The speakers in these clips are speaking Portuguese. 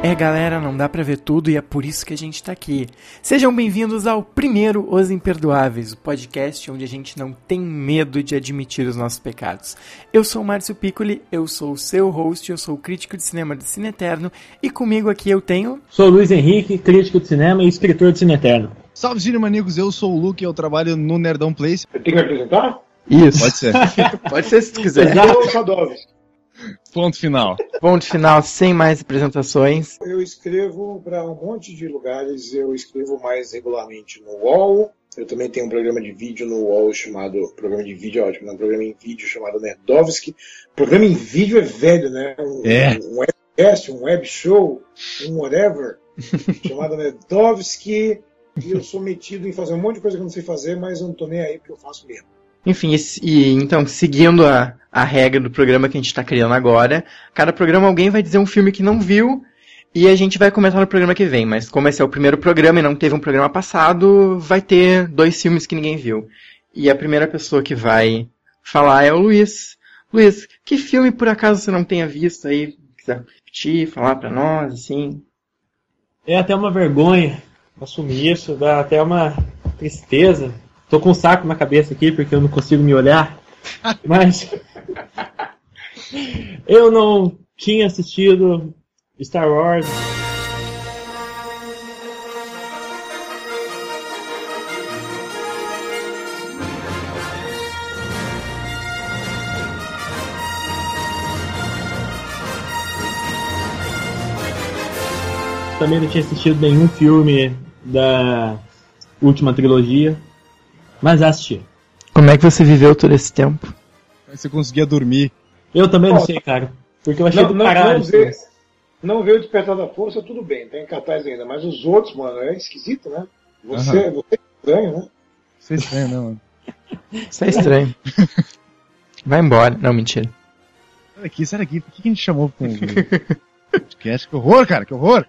É, galera, não dá pra ver tudo e é por isso que a gente tá aqui. Sejam bem-vindos ao primeiro Os Imperdoáveis, o podcast onde a gente não tem medo de admitir os nossos pecados. Eu sou o Márcio Piccoli, eu sou o seu host, eu sou o crítico de cinema do Cine Eterno e comigo aqui eu tenho... Sou o Luiz Henrique, crítico de cinema e escritor de Cine Eterno. Salve, Cinemaníacos, eu sou o Luke e eu trabalho no Nerdão Place. Eu tenho que me apresentar? Isso. Pode ser. Pode ser se tu quiser. Eu sou Doves. Ponto final. Ponto final, sem mais apresentações. Eu escrevo para um monte de lugares, eu escrevo mais regularmente no UOL. Eu também tenho um programa de vídeo no UOL chamado... Programa de vídeo é ótimo, né? Um programa em vídeo chamado Nerdovski. Programa em vídeo é velho, né? Um webcast, um web show, um whatever, chamado Nerdovski. E eu sou metido em fazer um monte de coisa que eu não sei fazer, mas eu não tô nem aí porque eu faço mesmo. Enfim, então, seguindo a regra do programa que a gente está criando agora, cada programa alguém vai dizer um filme que não viu e a gente vai comentar no programa que vem. Mas como esse é o primeiro programa e não teve um programa passado, vai ter 2 filmes que ninguém viu. E a primeira pessoa que vai falar é o Luiz. Luiz, que filme por acaso você não tenha visto aí? Quiser repetir, falar pra nós, assim? É até uma vergonha assumir isso, dá até uma tristeza. Tô com um saco na cabeça aqui porque eu não consigo me olhar. Mas eu não tinha assistido Star Wars. Também não tinha assistido nenhum filme da última trilogia. Mas assisti. Como é que você viveu todo esse tempo? Você conseguia dormir. Eu também não sei, cara. Porque eu achei do caralho. Não ver o Despertar da Força, tudo bem, tá em cartaz ainda. Mas os outros, mano, é esquisito, né? Você é estranho, né? Você é estranho, né, mano? Você é estranho. Vai embora. Não, mentira. Sai daqui. Por que a gente chamou com podcast? Que horror, cara, que horror!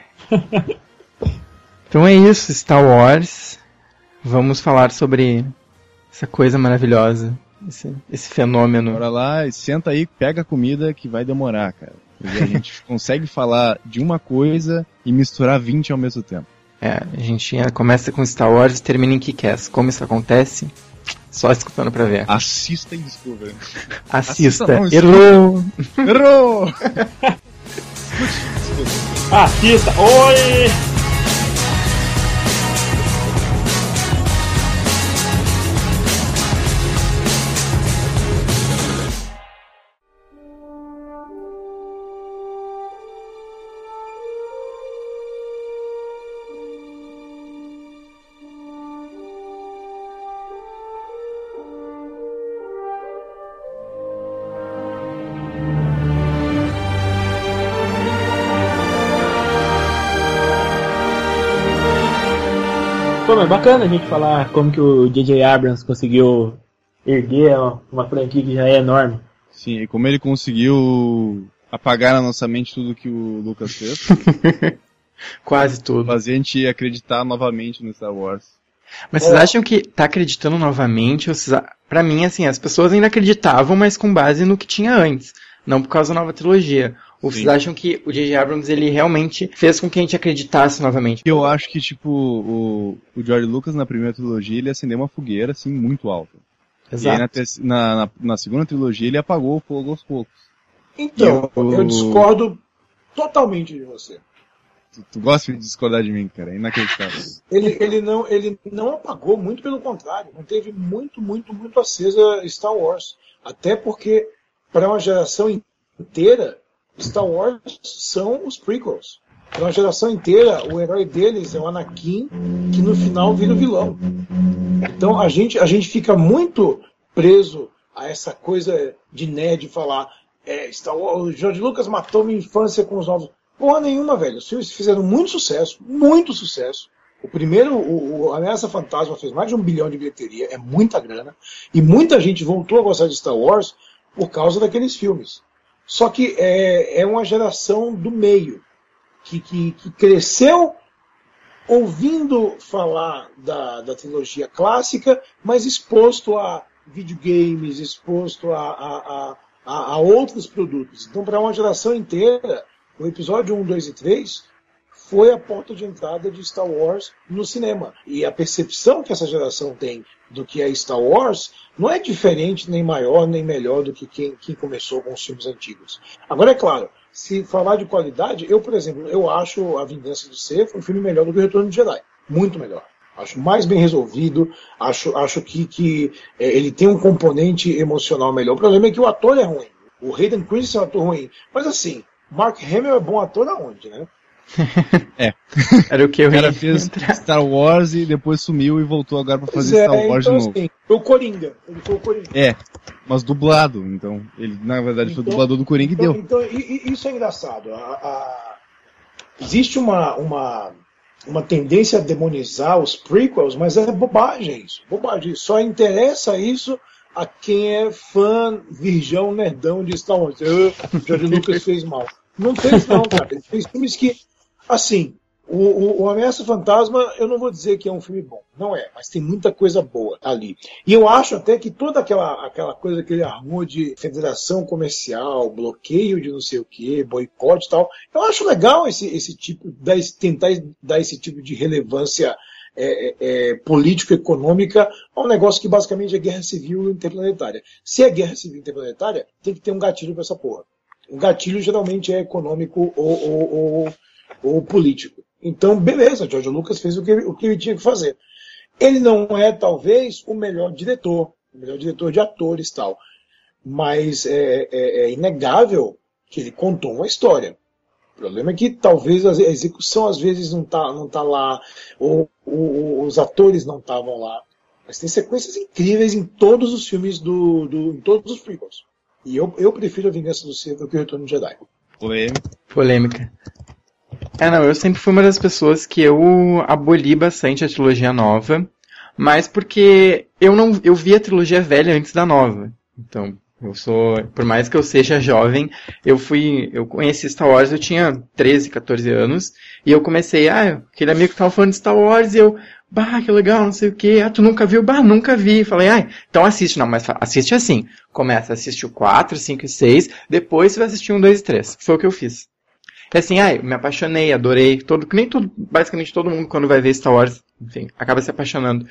Então é isso, Star Wars. Vamos falar sobre essa coisa maravilhosa, esse fenômeno. Bora lá e senta aí, pega a comida que vai demorar, cara. Porque a gente consegue falar de uma coisa e misturar 20 ao mesmo tempo. É, a gente começa com Star Wars e termina em Kick-Ass. Como isso acontece? Só escutando pra ver. Assista e descubra. Assista. Não, Errou! Errou! Escute. Assista! Oi! Pô, mas bacana a gente falar como que o J.J. Abrams conseguiu erguer uma franquia que já é enorme. Sim, e como ele conseguiu apagar na nossa mente tudo que o Lucas fez. Quase tudo. Fazer a gente acreditar novamente no Star Wars. Mas vocês acham que tá acreditando novamente? Pra mim, assim, as pessoas ainda acreditavam, mas com base no que tinha antes. Não por causa da nova trilogia. Ou vocês acham que o J.J. Abrams, ele realmente fez com que a gente acreditasse novamente? Eu acho que, tipo, o George Lucas, na primeira trilogia, ele acendeu uma fogueira, assim, muito alta. Exato. E aí, na segunda trilogia, ele apagou o fogo aos poucos. Então, eu discordo totalmente de você. Tu gosta de discordar de mim, cara, é inacreditável. Ele não apagou, muito pelo contrário. Manteve muito acesa Star Wars. Até porque, para uma geração inteira, Star Wars são os prequels. Para uma geração inteira, o herói deles é o Anakin, que no final vira o vilão. Então a gente fica muito preso a essa coisa de nerd falar Star Wars, o George Lucas matou minha infância com os novos. Porra nenhuma, velho. Os filmes fizeram muito sucesso. O primeiro, o Ameaça Fantasma, fez mais de 1 bilhão de bilheteria, é muita grana. E muita gente voltou a gostar de Star Wars por causa daqueles filmes. Só que é uma geração do meio, que cresceu ouvindo falar da trilogia clássica, mas exposto a videogames, exposto a outros produtos. Então, para uma geração inteira, O episódio 1, 2 e 3 foi a porta de entrada de Star Wars no cinema. E a percepção que essa geração tem do que é Star Wars não é diferente, nem maior, nem melhor do que quem começou com os filmes antigos. Agora, é claro, se falar de qualidade, eu, por exemplo, eu acho A Vingança do Sith um filme melhor do que O Retorno de Jedi. Muito melhor. Acho mais bem resolvido, acho que ele tem um componente emocional melhor. O problema é que o ator é ruim. O Hayden Christensen é um ator ruim. Mas assim, Mark Hamill é bom ator aonde, né? Era o que O cara fez Star Wars e depois sumiu e voltou agora pra fazer Star Wars então, de novo. Assim, foi o Coringa. Ele foi o Coringa. Mas dublado. Então, ele na verdade foi dublador do Coringa e deu. Então, isso é engraçado. Existe uma tendência a demonizar os prequels, mas é bobagem isso. Bobagem. Só interessa isso a quem é fã, virgão, nerdão de Star Wars. George Lucas fez mal. Não fez não, cara. Ele fez filmes que, assim, o Ameaça Fantasma, eu não vou dizer que é um filme bom. Não é, mas tem muita coisa boa ali. E eu acho até que toda aquela coisa que ele armou de federação comercial, bloqueio de não sei o que, boicote e tal, eu acho legal esse tipo, tentar dar esse tipo de relevância político-econômica a um negócio que basicamente é guerra civil interplanetária. Se é guerra civil interplanetária, tem que ter um gatilho pra essa porra. O gatilho geralmente é econômico ou político. Então, beleza, George Lucas fez o que ele tinha que fazer. Ele não é, talvez, o melhor diretor de atores e tal. Mas é inegável que ele contou uma história. O problema é que talvez a execução às vezes não tá lá, ou os atores não estavam lá. Mas tem sequências incríveis em todos os filmes em todos os prequels. E eu prefiro A Vingança do Sith do que O Retorno de Jedi. Polêmica. Não, eu sempre fui uma das pessoas que eu aboli bastante a trilogia nova, mas porque eu vi a trilogia velha antes da nova. Então, por mais que eu seja jovem, eu conheci Star Wars, eu tinha 13, 14 anos, e eu comecei, aquele amigo que tava falando de Star Wars, e eu, que legal, não sei o que, tu nunca viu? Nunca vi. Falei, então assiste, não, mas assiste assim, começa a assistir o 4, 5 e 6, depois você vai assistir 1, 2 e 3, foi o que eu fiz. E assim, me apaixonei, adorei, basicamente todo mundo quando vai ver Star Wars, enfim, acaba se apaixonando.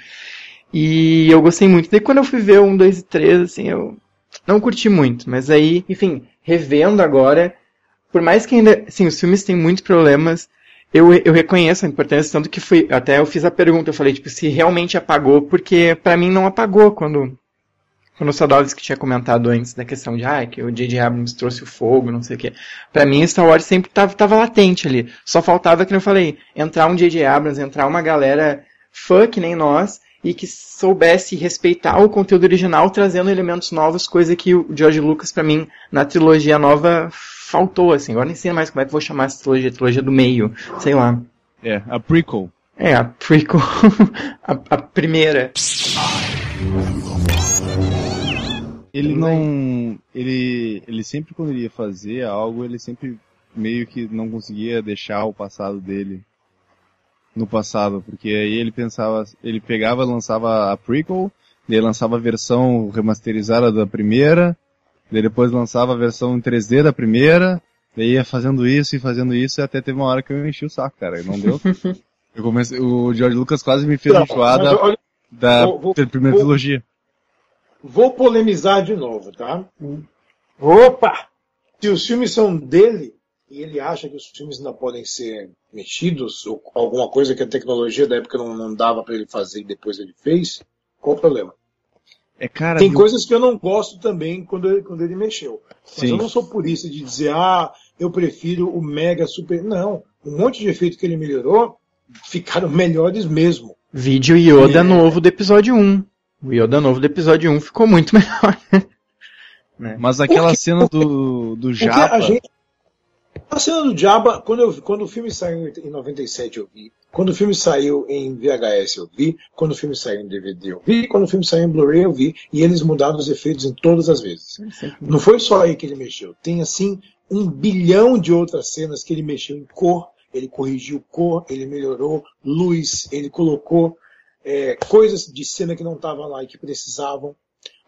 E eu gostei muito. Daí quando eu fui ver o 1, 2 e 3, assim, eu não curti muito, mas aí, enfim, revendo agora, por mais que ainda, assim, os filmes têm muitos problemas, eu reconheço a importância, tanto que até eu fiz a pergunta, eu falei, se realmente apagou, porque pra mim não apagou quando o Sadovski tinha comentado antes da questão de, que o J.J. Abrams trouxe o fogo, não sei o quê. Pra mim, Star Wars sempre tava latente ali. Só faltava, que eu falei, entrar um J.J. Abrams, entrar uma galera fã que nem nós, e que soubesse respeitar o conteúdo original, trazendo elementos novos, coisa que o George Lucas, pra mim, na trilogia nova, faltou, assim. Agora nem sei mais como é que eu vou chamar essa trilogia do meio, sei lá. A prequel. A prequel. a primeira. Ele não... Ele sempre, quando ele ia fazer algo, ele sempre meio que não conseguia deixar o passado dele no passado, porque aí ele pegava e lançava a prequel, daí lançava a versão remasterizada da primeira, daí depois lançava a versão em 3D da primeira, daí ia fazendo isso, e até teve uma hora que eu enchi o saco, cara, e não deu. O George Lucas quase me fez enjoar da primeira trilogia. Vou polemizar de novo, tá? Opa! Se os filmes são dele, e ele acha que os filmes não podem ser mexidos, ou alguma coisa que a tecnologia da época não dava para ele fazer e depois ele fez, qual o problema? Tem coisas que eu não gosto também quando ele mexeu. Mas eu não sou purista de dizer, eu prefiro o mega super... Não, um monte de efeito que ele melhorou ficaram melhores mesmo. Vídeo Yoda novo do episódio 1. O Yoda novo do episódio 1 ficou muito melhor. Né? Mas aquela cena do Jabba... A cena do Jabba, quando o filme saiu em 97 eu vi, quando o filme saiu em VHS eu vi, quando o filme saiu em DVD eu vi, quando o filme saiu em Blu-ray eu vi, e eles mudaram os efeitos em todas as vezes. Não foi só aí que ele mexeu, tem assim 1 bilhão de outras cenas que ele mexeu em cor, ele corrigiu cor, ele melhorou luz, ele colocou coisas de cena que não estavam lá e que precisavam.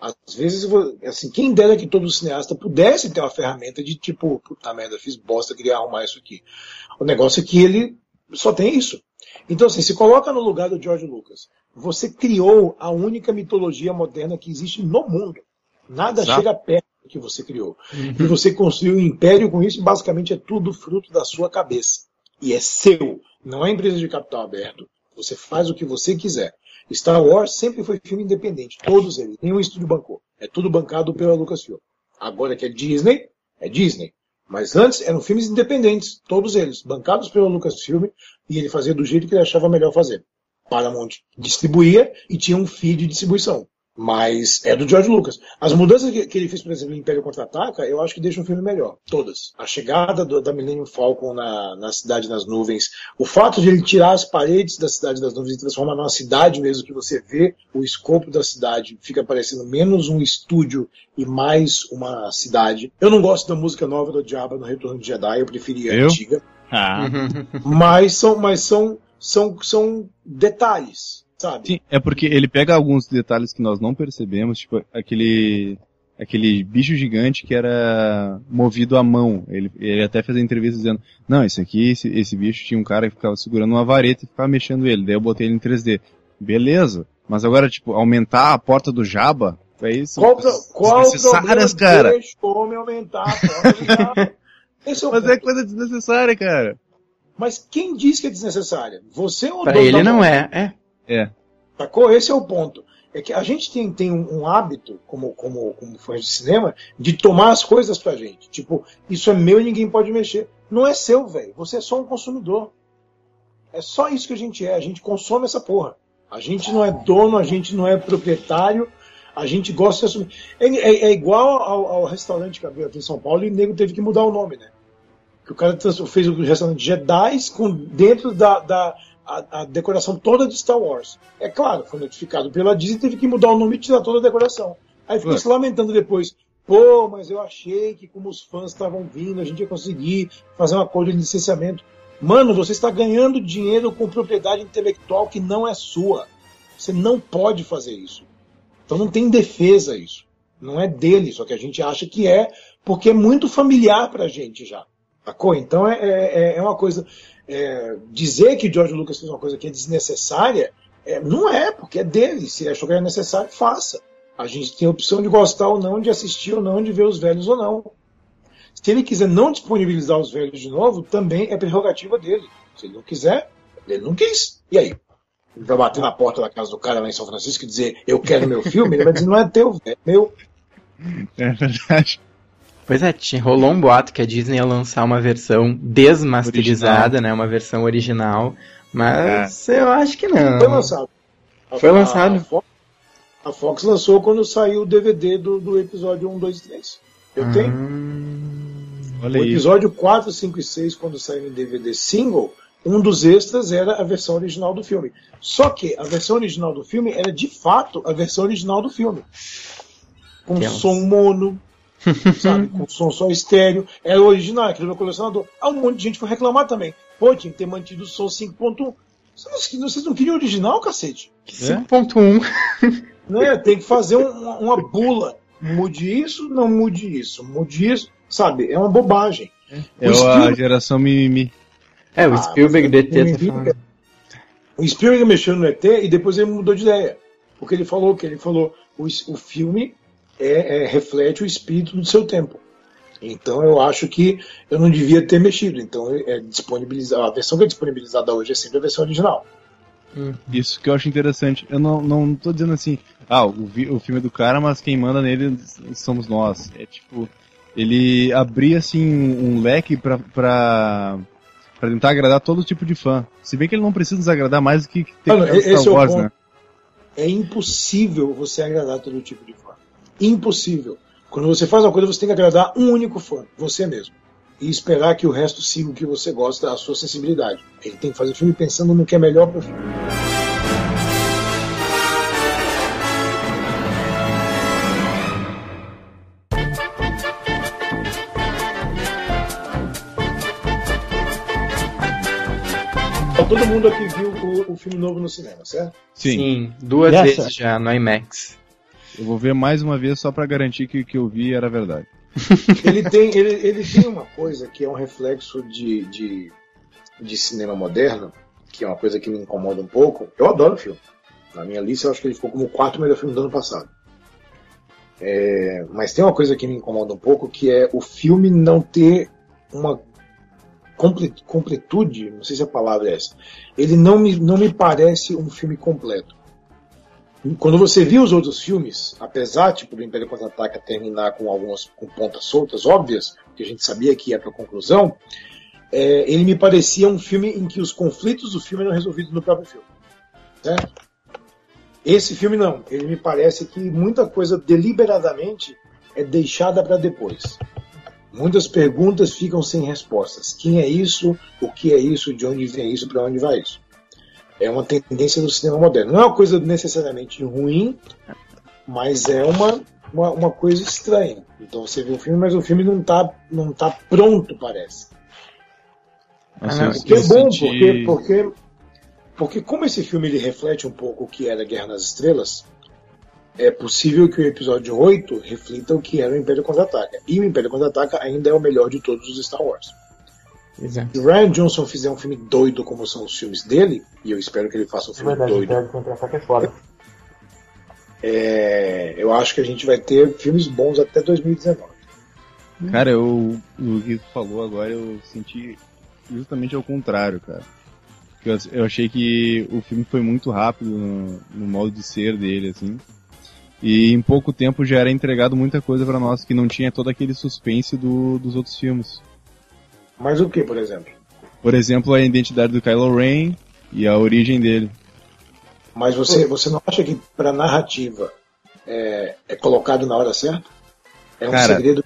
Às vezes, assim, quem dera que todo cineasta pudesse ter uma ferramenta de tipo, puta merda, fiz bosta, queria arrumar isso aqui. O negócio é que ele só tem isso. Então, assim, se coloca no lugar do George Lucas. Você criou a única mitologia moderna que existe no mundo. Nada chega perto do que você criou. E você construiu um império com isso e basicamente é tudo fruto da sua cabeça. E é seu. Não é empresa de capital aberto. Você faz o que você quiser. Star Wars sempre foi filme independente. Todos eles. Nenhum estúdio bancou. É tudo bancado pela Lucasfilm. Agora que é Disney, é Disney. Mas antes eram filmes independentes. Todos eles. Bancados pela Lucasfilm. E ele fazia do jeito que ele achava melhor fazer. Paramount distribuía e tinha um feed de distribuição. Mas é do George Lucas. As mudanças que ele fez, por exemplo, em Império Contra-Ataca, eu acho que deixam o filme melhor. Todas. A chegada da Millennium Falcon na Cidade das Nuvens. O fato de ele tirar as paredes da Cidade das Nuvens e transformar numa cidade mesmo, que você vê o escopo da cidade, fica parecendo menos um estúdio e mais uma cidade. Eu não gosto da música nova do Jabba no Retorno de Jedi, eu preferia a antiga. Mas são detalhes. Sabe? Sim, é porque ele pega alguns detalhes que nós não percebemos, tipo aquele bicho gigante que era movido à mão. Ele até fez a entrevista dizendo, não, esse bicho tinha um cara que ficava segurando uma vareta e ficava mexendo ele, daí eu botei ele em 3D. Beleza, mas agora, tipo, aumentar a porta do Jabba, é isso? Qual desnecessárias, cara? Deixou me aumentar a porta do Jabba? Esse é o mas ponto. é coisa desnecessária, cara. Mas quem diz que é desnecessária? Você ou o Pra dono ele da não loja? É. Sacou? Esse é o ponto. É que a gente tem um hábito, como fãs de cinema, de tomar as coisas pra gente. Tipo, isso é meu e ninguém pode mexer. Não é seu, velho. Você é só um consumidor. É só isso que a gente é. A gente consome essa porra. A gente não é dono, a gente não é proprietário, a gente gosta de assumir. É igual ao restaurante que abriu aqui em São Paulo e o nego teve que mudar o nome, né? Que o cara fez o restaurante Jedi dentro a decoração toda de Star Wars. É claro, foi notificado pela Disney, teve que mudar o nome e tirar toda a decoração. Aí ficou se lamentando depois. Pô, mas eu achei que como os fãs estavam vindo, a gente ia conseguir fazer um acordo de licenciamento. Mano, você está ganhando dinheiro com propriedade intelectual que não é sua. Você não pode fazer isso. Então não tem defesa isso. Não é dele, só que a gente acha que é, porque é muito familiar pra gente já. Sacou? Então é uma coisa... dizer que George Lucas fez uma coisa que é desnecessária, não é, porque é dele. Se ele achou que era necessário, faça. A gente tem a opção de gostar ou não, de assistir ou não, de ver os velhos ou não. Se ele quiser não disponibilizar os velhos de novo, também é prerrogativa dele. Se ele não quiser, ele não quis. E aí? Ele vai bater na porta da casa do cara lá em São Francisco e dizer, eu quero meu filme? Ele vai dizer, não é teu, é meu. É verdade. Pois é, rolou um boato que a Disney ia lançar uma versão desmasterizada, né? Uma versão original. Mas eu acho que não. Foi lançado. Foi lançado. A Fox lançou quando saiu o DVD do episódio 1, 2 e 3. Eu tenho. Olha O episódio 4, 5 e 6, quando saiu em DVD single, um dos extras era a versão original do filme. Só que a versão original do filme era de fato a versão original do filme. Com som mono, sabe? Com som só estéreo. Era o original, aquele meu colecionador. Um monte de gente foi reclamar também. Pô, tinha que ter mantido o som 5.1. Vocês não queriam original, cacete? 5.1. Né? Tem que fazer uma bula. Mude isso, não mude isso. Mude isso. Sabe? É uma bobagem. A geração mimimi. O Spielberg do ET tá falando. O Spielberg mexeu no ET e depois ele mudou de ideia. Porque ele falou o filme reflete o espírito do seu tempo. Então eu acho que eu não devia ter mexido. Então a versão que é disponibilizada hoje é sempre a versão original. Isso que eu acho interessante. Eu não tô dizendo assim, o filme é do cara, mas quem manda nele somos nós. É tipo, ele abria assim um leque pra tentar agradar todo tipo de fã. Se bem que ele não precisa nos agradar mais do que ter Star Wars, né? É impossível você agradar todo tipo de fã. Impossível. Quando você faz uma coisa, você tem que agradar um único fã, você mesmo. E esperar que o resto siga o que você gosta, a sua sensibilidade. Ele tem que fazer o filme pensando no que é melhor para o filme. Todo mundo aqui viu o filme novo no cinema, certo? Sim, 2 vezes já no IMAX. Eu vou ver mais uma vez só pra garantir que o que eu vi era verdade. Ele tem uma coisa que é um reflexo de cinema moderno, que é uma coisa que me incomoda um pouco. Eu adoro o filme. Na minha lista eu acho que ele ficou como o 4º melhor filme do ano passado. Mas tem uma coisa que me incomoda um pouco, que é o filme não ter uma completude, não sei se a palavra é essa. Ele não me parece um filme completo. Quando você viu os outros filmes, apesar do Império Contra-Ataca terminar com pontas soltas óbvias, que a gente sabia que ia para a conclusão, ele me parecia um filme em que os conflitos do filme eram resolvidos no próprio filme. Certo? Esse filme não. Ele me parece que muita coisa deliberadamente é deixada para depois. Muitas perguntas ficam sem respostas. Quem é isso? O que é isso? De onde vem isso? Para onde vai isso? É uma tendência do cinema moderno. Não é uma coisa necessariamente ruim, mas é uma coisa estranha. Então você vê o filme, mas o filme não tá pronto, parece. O que é bom, porque como esse filme ele reflete um pouco o que era Guerra nas Estrelas, é possível que o episódio 8 reflita o que era o Império Contra-Ataca. E o Império Contra-Ataca ainda é o melhor de todos os Star Wars. Exato. Se o Rian Johnson fizer um filme doido como são os filmes dele, e eu espero que ele faça um filme doido. O Império Contra-Ataca é foda. Eu acho que a gente vai ter filmes bons até 2019. Cara, o que tu falou agora eu senti justamente ao contrário, cara. Eu achei que o filme foi muito rápido no modo de ser dele, assim. E em pouco tempo já era entregado muita coisa pra nós que não tinha todo aquele suspense dos outros filmes. Mas o que, por exemplo? Por exemplo, a identidade do Kylo Ren e a origem dele. Mas você não acha que pra narrativa é colocado na hora certa? É um segredo.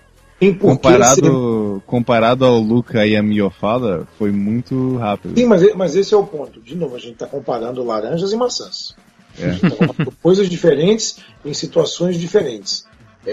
Comparado ao Luca e a Mia Fala, foi muito rápido. Sim, mas esse é o ponto. De novo, a gente está comparando laranjas e maçãs. A gente tá comparando coisas diferentes em situações diferentes.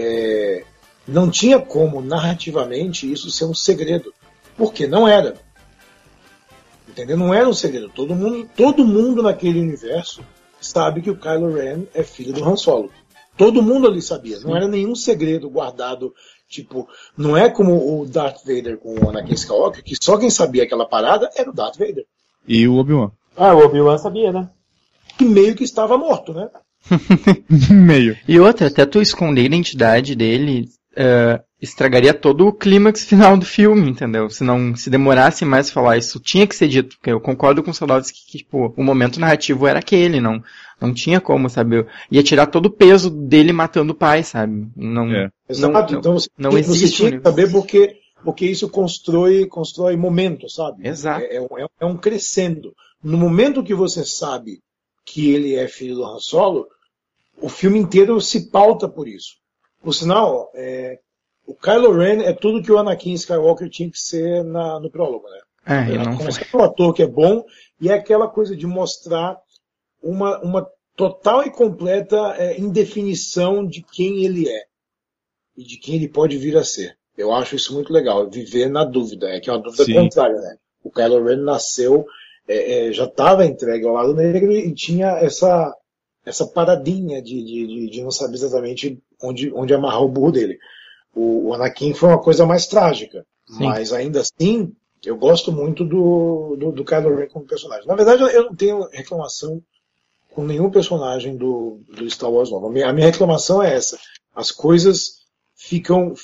Não tinha como, narrativamente, isso ser um segredo. Porque não era. Entendeu? Não era um segredo. Todo mundo naquele universo sabe que o Kylo Ren é filho do Han Solo. Todo mundo ali sabia. Sim. Não era nenhum segredo guardado. Tipo, não é como o Darth Vader com o Anakin Skywalker, que só quem sabia aquela parada era o Darth Vader. E o Obi-Wan. O Obi-Wan sabia, né? E meio que estava morto, né? Meio. E outra, até tu esconder a identidade dele estragaria todo o clímax final do filme, entendeu? Se demorasse mais a falar isso, tinha que ser dito, porque eu concordo com os soldados que tipo, o momento narrativo era aquele, não tinha como, sabe? Ia tirar todo o peso dele matando o pai, sabe? Exato, então você existe. Tinha que saber porque isso constrói momento, sabe? Exato. É um crescendo. No momento que você sabe que ele é filho do Han Solo, o filme inteiro se pauta por isso. Por sinal, o Kylo Ren é tudo que o Anakin Skywalker tinha que ser no prólogo, né? Começa com um ator que é bom, e é aquela coisa de mostrar uma total e completa indefinição de quem ele é e de quem ele pode vir a ser. Eu acho isso muito legal, viver na dúvida, que é uma dúvida contrária, né? O Kylo Ren nasceu, já estava entregue ao lado negro e tinha essa paradinha de não saber exatamente onde amarrar o burro dele. O Anakin foi uma coisa mais trágica, mas ainda assim eu gosto muito do Kylo Ren como personagem. Na verdade, eu não tenho reclamação com nenhum personagem do Star Wars novo. A minha reclamação é essa: as coisas ficam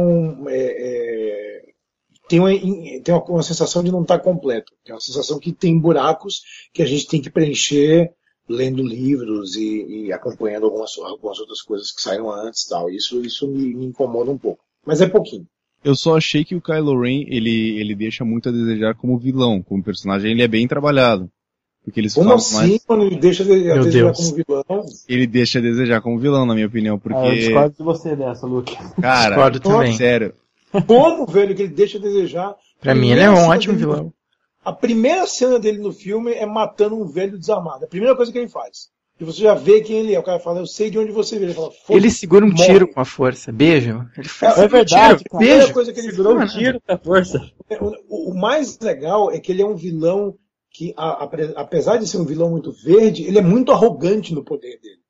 tem uma sensação de não estar completo, tem uma sensação que tem buracos que a gente tem que preencher lendo livros e acompanhando algumas outras coisas que saíram antes e tal. Isso me incomoda um pouco. Mas é pouquinho. Eu só achei que o Kylo Ren, ele deixa muito a desejar como vilão. Como personagem, ele é bem trabalhado. Porque eles como assim, quando ele deixa a desejar como vilão? Ele deixa a desejar como vilão, na minha opinião. Porque... eu discordo de você dessa, Luke. Cara, discordo também. Sério. Como, velho, que ele deixa a desejar? Pra mim ele é um ótimo vilão. A primeira cena dele no filme é matando um velho desarmado. A primeira coisa que ele faz. E você já vê quem ele é. O cara fala, eu sei de onde você veio. Ele fala, ele segura um tiro com a força. Beijo. Ele faz é verdade. A primeira coisa que ele segurou um tiro com a força. O mais legal é que ele é um vilão que, apesar de ser um vilão muito verde, ele é muito arrogante no poder dele.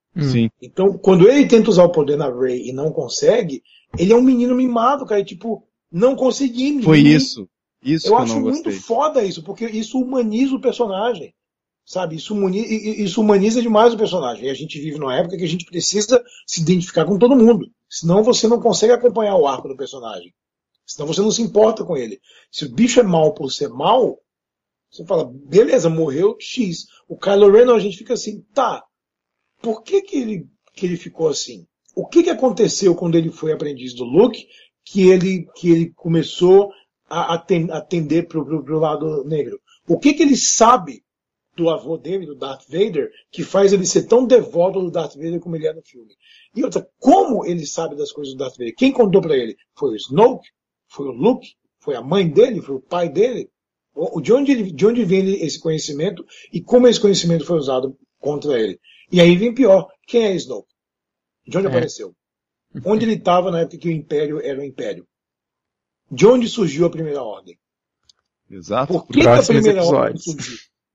Sim. Então, quando ele tenta usar o poder na Rey e não consegue, ele é um menino mimado, cara. E, tipo, não consegui. Foi isso. Isso Eu que eu acho não muito gostei. foda isso, porque isso humaniza o personagem. Sabe? Isso humaniza demais o personagem. E a gente vive numa época que a gente precisa se identificar com todo mundo. Senão você não consegue acompanhar o arco do personagem. Senão você não se importa com ele. Se o bicho é mal por ser mal, você fala, beleza, morreu X. O Kylo Ren, a gente fica assim, tá, por que ele ficou assim? O que aconteceu quando ele foi aprendiz do Luke que ele começou a atender pro lado negro? O que ele sabe do avô dele, do Darth Vader, que faz ele ser tão devoto do Darth Vader como ele é no filme? E outra, como ele sabe das coisas do Darth Vader? Quem contou pra ele? Foi o Snoke? Foi o Luke? Foi a mãe dele? Foi o pai dele? De onde vem esse conhecimento e como esse conhecimento foi usado contra ele? E aí vem pior. Quem é Snoke? De onde apareceu? Onde ele estava na época que o Império era o Império? De onde surgiu a Primeira Ordem? Exato. Por que a Primeira Ordem surgiu?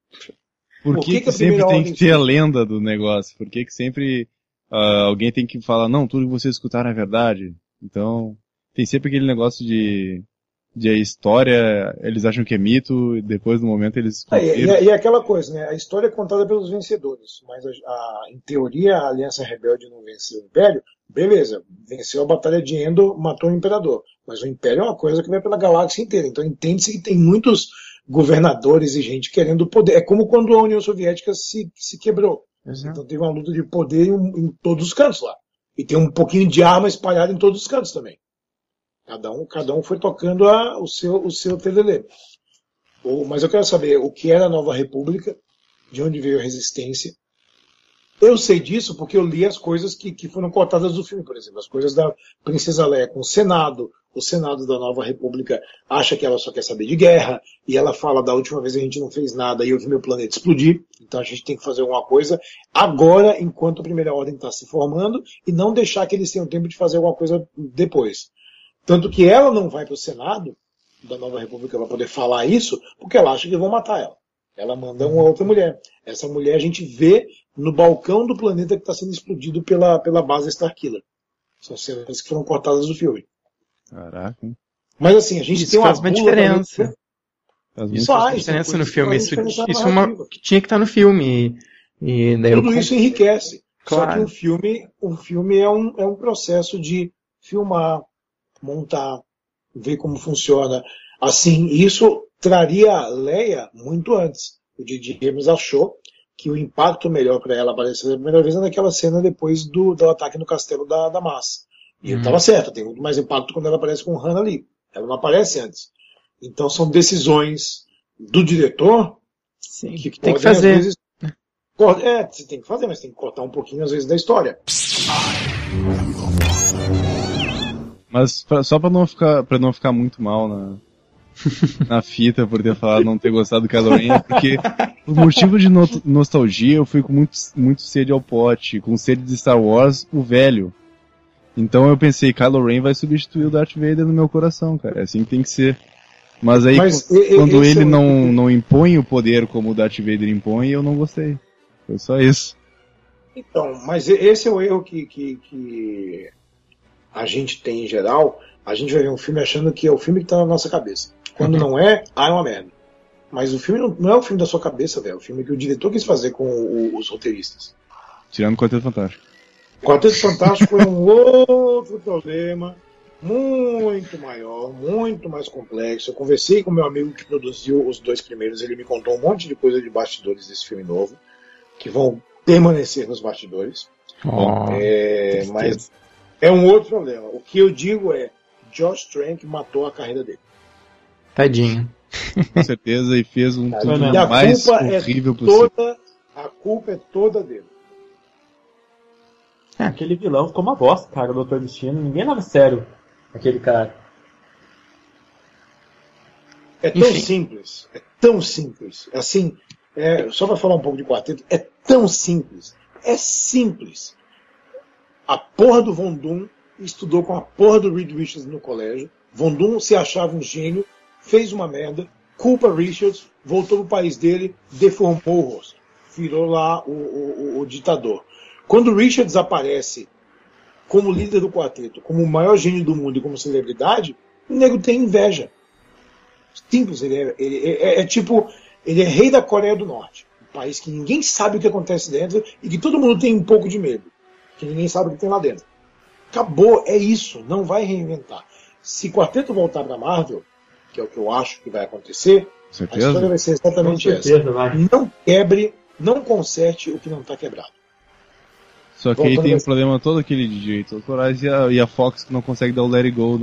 Por que sempre tem que ter a lenda do negócio? Por que sempre alguém tem que falar, não, tudo que vocês escutaram é verdade? Então, tem sempre aquele negócio de a história, eles acham que é mito, e depois no momento eles... E aquela coisa, né? A história é contada pelos vencedores, mas em teoria a Aliança Rebelde não venceu o Império, beleza, venceu a Batalha de Endor, matou o Imperador, mas o Império é uma coisa que vai pela galáxia inteira, então entende-se que tem muitos governadores e gente querendo poder. É como quando a União Soviética se quebrou. Exato. Então teve uma luta de poder em todos os cantos lá. E tem um pouquinho de arma espalhada em todos os cantos também. Cada um foi tocando o seu telelê. Mas eu quero saber o que era a Nova República, de onde veio a resistência. Eu sei disso porque eu li as coisas que foram cortadas do filme, por exemplo. As coisas da Princesa Leia com o Senado da Nova República acha que ela só quer saber de guerra, e ela fala, da última vez a gente não fez nada e eu vi meu planeta explodir, então a gente tem que fazer alguma coisa agora, enquanto a Primeira Ordem está se formando, e não deixar que eles tenham tempo de fazer alguma coisa depois. Tanto que ela não vai para o Senado da Nova República para poder falar isso, porque ela acha que vão matar ela. Ela manda uma outra mulher. Essa mulher a gente vê no balcão do planeta que está sendo explodido pela base Starkiller. São cenas que foram cortadas do filme. Caraca. Mas assim, a gente isso tem faz uma diferença. Isso faz diferença no filme. Isso é uma que tinha que estar no filme. E daí tudo isso enriquece. Claro. Só que o filme é um processo de filmar, montar, ver como funciona. Assim, isso traria a Leia muito antes. O J.J. Abrams achou que o impacto melhor para ela aparecer pela primeira vez é naquela cena depois do ataque no castelo da Massa. E ele estava certo, tem muito mais impacto quando ela aparece com o Han ali. Ela não aparece antes. Então são decisões do diretor que tem que fazer. Às vezes, você tem que fazer, mas tem que cortar um pouquinho às vezes da história. Mas só pra não ficar muito mal na fita por ter falado não ter gostado do Kylo Ren, porque por motivo de nostalgia eu fui com muito sede ao pote, com sede de Star Wars, o velho. Então eu pensei, Kylo Ren vai substituir o Darth Vader no meu coração, cara, é assim que tem que ser. Mas aí quando ele não impõe o poder como o Darth Vader impõe, eu não gostei. Foi só isso. Então, mas esse é o erro que a gente tem em geral. A gente vai ver um filme achando que é o filme que tá na nossa cabeça. Quando não é, é uma merda. Mas o filme não é o filme da sua cabeça, velho. É o filme que o diretor quis fazer com os roteiristas. Tirando o Quarteto Fantástico. O Quarteto Fantástico foi um outro problema, muito maior, muito mais complexo. Eu conversei com meu amigo que produziu os 2 primeiros, ele me contou um monte de coisa de bastidores desse filme novo, que vão permanecer nos bastidores. Mas é um outro problema. O que eu digo é, Josh Trank matou a carreira dele. Tadinho. Com certeza, e fez tudo e mais horrível possível. A culpa é toda dele. Aquele vilão ficou uma bosta, cara, o Dr. Destino. Ninguém leva a sério aquele cara. É tão simples. É tão simples. Assim, só para falar um pouco de quarteto, é tão simples. É simples. A porra do Von Doom estudou com a porra do Reed Richards no colégio. Von Doom se achava um gênio, fez uma merda, culpa Richards, voltou pro país dele, deformou o rosto. Virou lá o ditador. Quando o Richards aparece como líder do quarteto, como o maior gênio do mundo e como celebridade, o nego tem inveja. Simples, ele é tipo, ele é rei da Coreia do Norte, um país que ninguém sabe o que acontece dentro e que todo mundo tem um pouco de medo, que ninguém sabe o que tem lá dentro. Acabou, é isso, não vai reinventar. Se Quarteto voltar para Marvel, que é o que eu acho que vai acontecer, Certeza? a história vai ser exatamente essa. Não quebre, não conserte o que não está quebrado. Só que aí tem um problema todo aquele de direitos autorais e a Fox que não consegue dar o Let It Go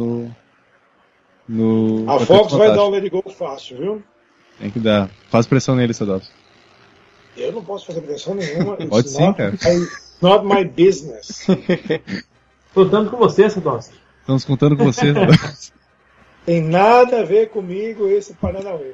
no a Fox vai dar o Let It Go fácil, viu? Tem que dar. Faz pressão nele, Sadovski. Eu não posso fazer pressão nenhuma. Pode sim, cara. Not my business. Contando com você, Sadovski. Estamos contando com você, Sadovski. Tem nada a ver comigo esse Paranauê.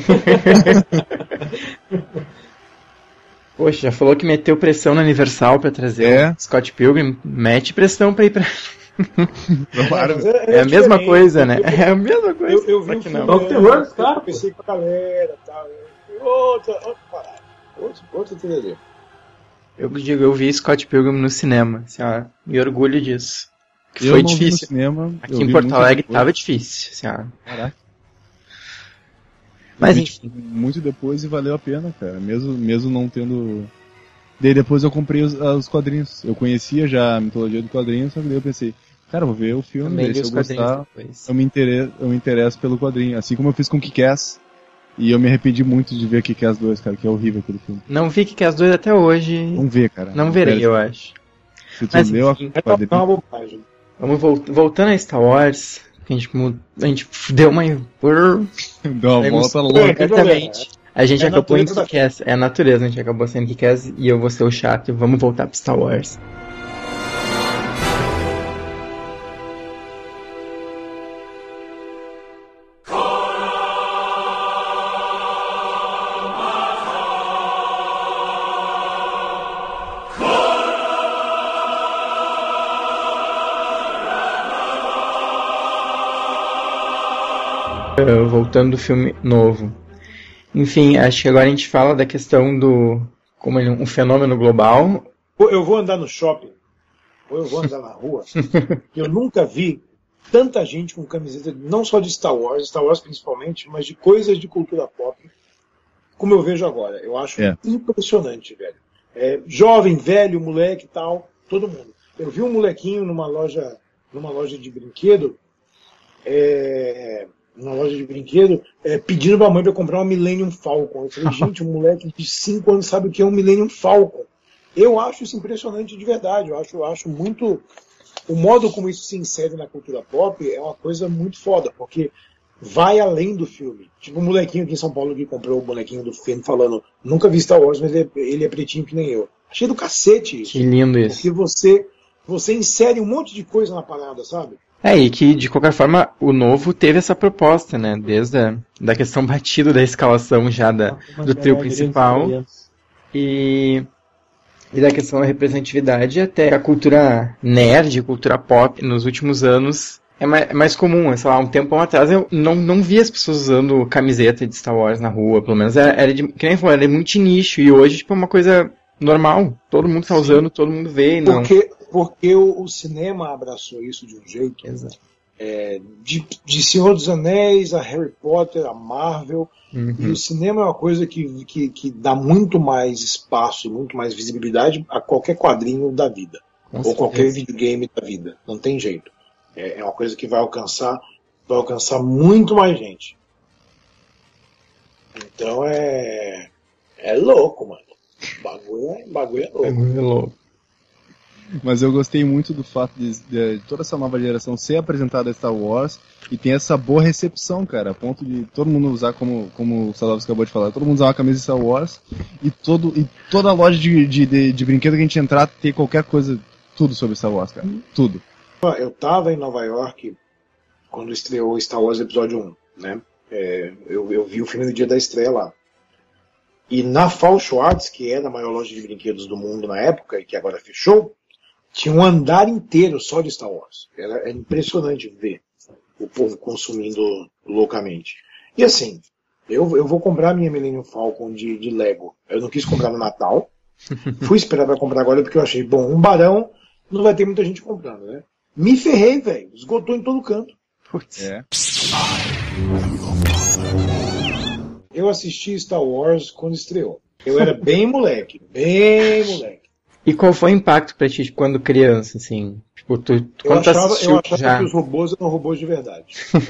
Poxa, já falou que meteu pressão na Universal pra trazer o Scott Pilgrim. Mete pressão pra ir pra... É a mesma coisa, né? É a mesma coisa. Eu vi o filme, cara. Pensei com a galera e tal. Outra parada. Outra teoria. Eu digo, eu vi Scott Pilgrim no cinema. Assim, ó, me orgulho disso. Que eu foi não difícil. Vi no cinema, aqui em Porto Alegre tava difícil. Assim, ó. Caraca. Mas enfim. Muito depois e valeu a pena, cara. Mesmo não tendo. Daí depois eu comprei os quadrinhos. Eu conhecia já a mitologia do quadrinho, só que daí eu pensei, cara, vou ver o filme, se eu gostar, eu me interesso pelo quadrinho. Assim como eu fiz com Kick-Ass. E eu me arrependi muito de ver Kick-Ass 2, cara, que é horrível aquele filme. Não vi Kick-Ass 2 até hoje. Não vê, cara. Não verei, eu acho. Se tu leu a quadrinho... Vamos voltando a Star Wars, que a gente deu uma... Deu uma volta louca. Exatamente. A gente acabou em Kick-Ass. É a natureza, a gente acabou sendo Kick-Ass e eu vou ser o chato. Vamos voltar pro Star Wars. Voltando do filme novo. Enfim, acho que agora a gente fala da questão do... como ele é um fenômeno global. Eu vou andar no shopping, ou eu vou andar na rua, que eu nunca vi tanta gente com camiseta, não só de Star Wars principalmente, mas de coisas de cultura pop, como eu vejo agora. Eu acho impressionante, velho. Jovem, velho, moleque e tal, todo mundo. Eu vi um molequinho numa loja de brinquedo, pedindo pra mãe pra comprar uma Millennium Falcon. Eu falei, gente, um moleque de 5 anos sabe o que é um Millennium Falcon. Eu acho isso impressionante de verdade. Eu acho muito... O modo como isso se insere na cultura pop é uma coisa muito foda, porque vai além do filme. Tipo, um molequinho aqui em São Paulo que comprou o bonequinho do Finn falando, nunca vi Star Wars, mas ele é pretinho que nem eu. Achei do cacete isso. Que lindo isso. Porque você insere um monte de coisa na parada, sabe? E que, de qualquer forma, o novo teve essa proposta, né? Desde da questão batida da escalação já do trio principal e da questão da representatividade até a cultura nerd, cultura pop, nos últimos anos é mais comum. Sei lá, um tempo atrás eu não via as pessoas usando camiseta de Star Wars na rua, pelo menos que nem falou, era muito nicho, e hoje tipo, é uma coisa normal. Todo mundo tá usando, todo mundo vê e não... Porque o cinema abraçou isso de um jeito. Exato. De Senhor dos Anéis, a Harry Potter, a Marvel. Uhum. E o cinema é uma coisa que dá muito mais espaço, muito mais visibilidade a qualquer quadrinho da vida. Ou qualquer videogame da vida. Não tem jeito. É uma coisa que vai alcançar muito mais gente. Então é louco, mano. Bagulho é louco. Bagulho é louco. Mas eu gostei muito do fato de toda essa nova geração ser apresentada a Star Wars e tem essa boa recepção, cara, a ponto de todo mundo usar, como o Sadovski acabou de falar, todo mundo usar uma camisa de Star Wars e toda loja de brinquedo que a gente entrar ter qualquer coisa, tudo sobre Star Wars, cara, tudo. Eu tava em Nova York quando estreou Star Wars Episódio 1, né? Eu vi o filme no dia da estreia lá. E na Fall Schwartz, que era a maior loja de brinquedos do mundo na época e que agora fechou, tinha um andar inteiro só de Star Wars. Era impressionante ver o povo consumindo loucamente. E assim, eu vou comprar minha Millennium Falcon de Lego. Eu não quis comprar no Natal, Fui esperar pra comprar agora porque eu achei, bom, um barão não vai ter muita gente comprando, né? Me ferrei, velho. Esgotou em todo canto. Putz. É. Eu assisti Star Wars quando estreou. Eu era bem moleque, bem moleque. E qual foi o impacto pra ti quando criança, assim? Tipo, Eu quando tu achava assistiu já... que os robôs eram robôs de verdade.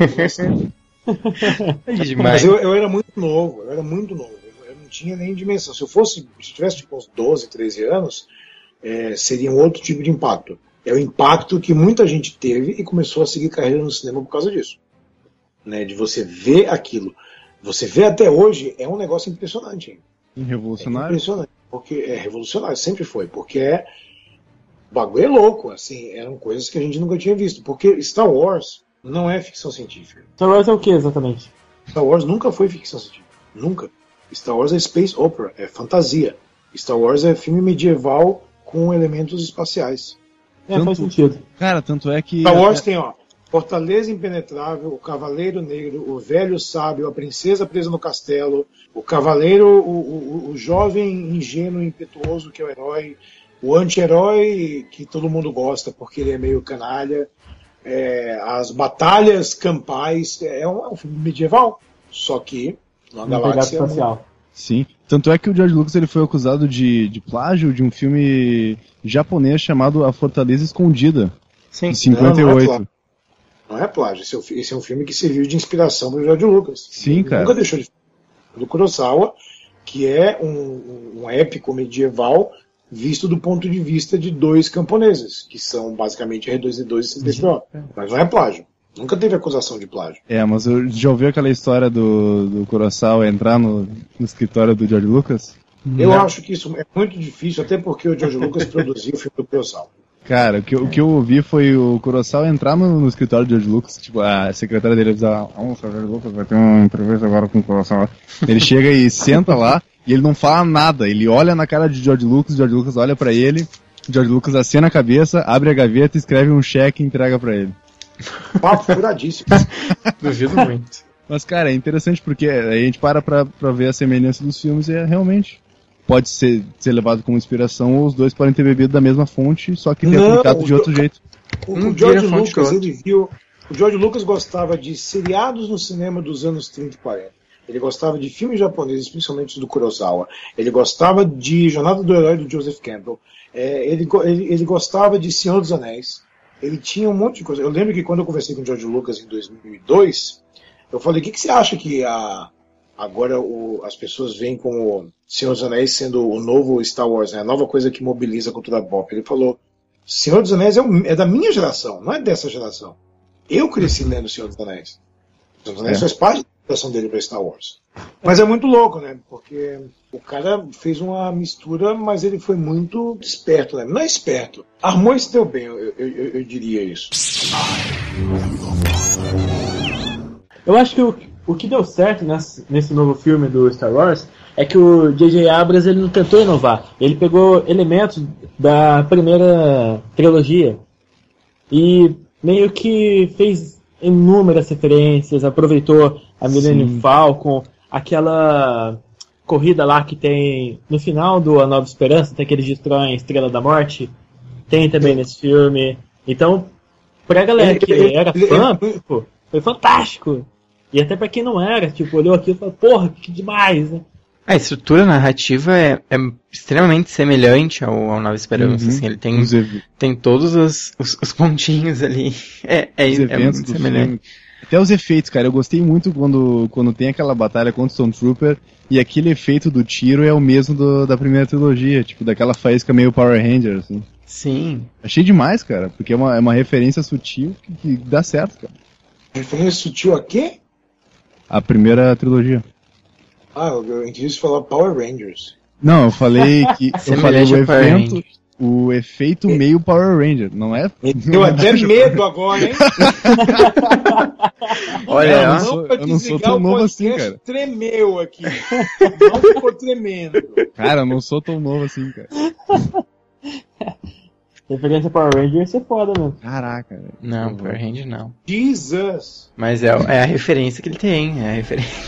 É demais. Mas eu era muito novo, eu não tinha nem dimensão. Se tivesse tipo, uns 12, 13 anos, seria um outro tipo de impacto. É o impacto que muita gente teve e começou a seguir carreira no cinema por causa disso. Né? De você ver aquilo. Você vê até hoje, é um negócio impressionante. Hein? Revolucionário. É impressionante, porque é revolucionário, sempre foi. Porque o bagulho é louco, assim, eram coisas que a gente nunca tinha visto. Porque Star Wars não é ficção científica. Star Wars é o que exatamente? Star Wars nunca foi ficção científica. Nunca. Star Wars é space opera, é fantasia. Star Wars é filme medieval com elementos espaciais. Faz sentido. Cara, tanto é que... Star Wars tem, Fortaleza Impenetrável, o Cavaleiro Negro, o Velho Sábio, a Princesa Presa no Castelo, o Cavaleiro, o jovem ingênuo e impetuoso que é o herói, o anti-herói que todo mundo gosta porque ele é meio canalha, as batalhas campais, é um filme medieval, só que numa galáxia espacial. Sim, tanto é que o George Lucas ele foi acusado de plágio de um filme japonês chamado A Fortaleza Escondida, Sim. de 58. Não é plágio, esse é um filme que serviu de inspiração para o George Lucas. Sim, cara. Nunca deixou de do Kurosawa, que é um épico medieval visto do ponto de vista de dois camponeses, que são basicamente R2D2 e C3PO. Mas não é plágio. Nunca teve acusação de plágio. Mas eu já ouviu aquela história do Kurosawa entrar no escritório do George Lucas? Eu acho que isso é muito difícil, até porque o George Lucas produziu o filme do Kurosawa. Cara, o que eu ouvi foi o Kurosawa entrar no escritório do George Lucas, tipo, a secretária dele avisar, George Lucas vai ter uma entrevista agora com o Kurosawa. Ele chega e senta lá, e ele não fala nada, ele olha na cara de George Lucas olha pra ele, George Lucas acena a cabeça, abre a gaveta, escreve um cheque e entrega pra ele. Papo furadíssimo. Duvido muito. Mas, cara, é interessante porque a gente para pra ver a semelhança dos filmes e realmente pode ser levado como inspiração, ou os dois podem ter bebido da mesma fonte, só que replicado de outro jeito. O George Lucas, o George Lucas gostava de seriados no cinema dos anos 30 e 40. Ele gostava de filmes japoneses, principalmente do Kurosawa. Ele gostava de Jornada do Herói, do Joseph Campbell. Ele gostava de Senhor dos Anéis. Ele tinha um monte de coisa. Eu lembro que quando eu conversei com o George Lucas em 2002, eu falei, o que você acha que agora as pessoas veem como Senhor dos Anéis sendo o novo Star Wars, né? A nova coisa que mobiliza a cultura pop? Ele falou, Senhor dos Anéis é da minha geração, não é dessa geração. Eu cresci lendo Senhor dos Anéis. Senhor dos Anéis faz parte da geração dele para Star Wars. Mas é muito louco, né? Porque o cara fez uma mistura, mas ele foi muito esperto, né? Não é esperto. Armou e se deu bem, eu diria isso. Eu acho que o que deu certo nesse novo filme do Star Wars é que o J.J. Abrams ele não tentou inovar. Ele pegou elementos da primeira trilogia e meio que fez inúmeras referências, aproveitou a Millennium Falcon, aquela corrida lá que tem no final do A Nova Esperança, tem que eles destroem a Estrela da Morte, tem também nesse filme. Então, pra galera que era fã, pô, foi fantástico. E até pra quem não era, tipo, olhou aquilo e falou, porra, que demais, né? A estrutura narrativa é extremamente semelhante ao Nova Esperança, assim, ele tem todos os pontinhos ali, os eventos muito do semelhante. filme. Até os efeitos, cara, eu gostei muito quando tem aquela batalha contra o Stormtrooper e aquele efeito do tiro é o mesmo da primeira trilogia, tipo, daquela faísca meio Power Rangers, assim. Sim. Achei demais, cara, porque é uma referência sutil que dá certo, cara. Referência sutil a quê? A primeira trilogia. Eu entendi você falar Power Rangers. Não, eu falei que o efeito meio Power Ranger, não é? Me deu até medo agora, hein? Olha, eu não sou tão novo assim, cara. Tremeu aqui. Não ficou tremendo. Cara, eu não sou tão novo assim, cara. Referência Power Rangers é foda mesmo. Caraca, velho. Não, Power Ranger não. Jesus! Mas é a referência que ele tem, é a referência. Não, enfim.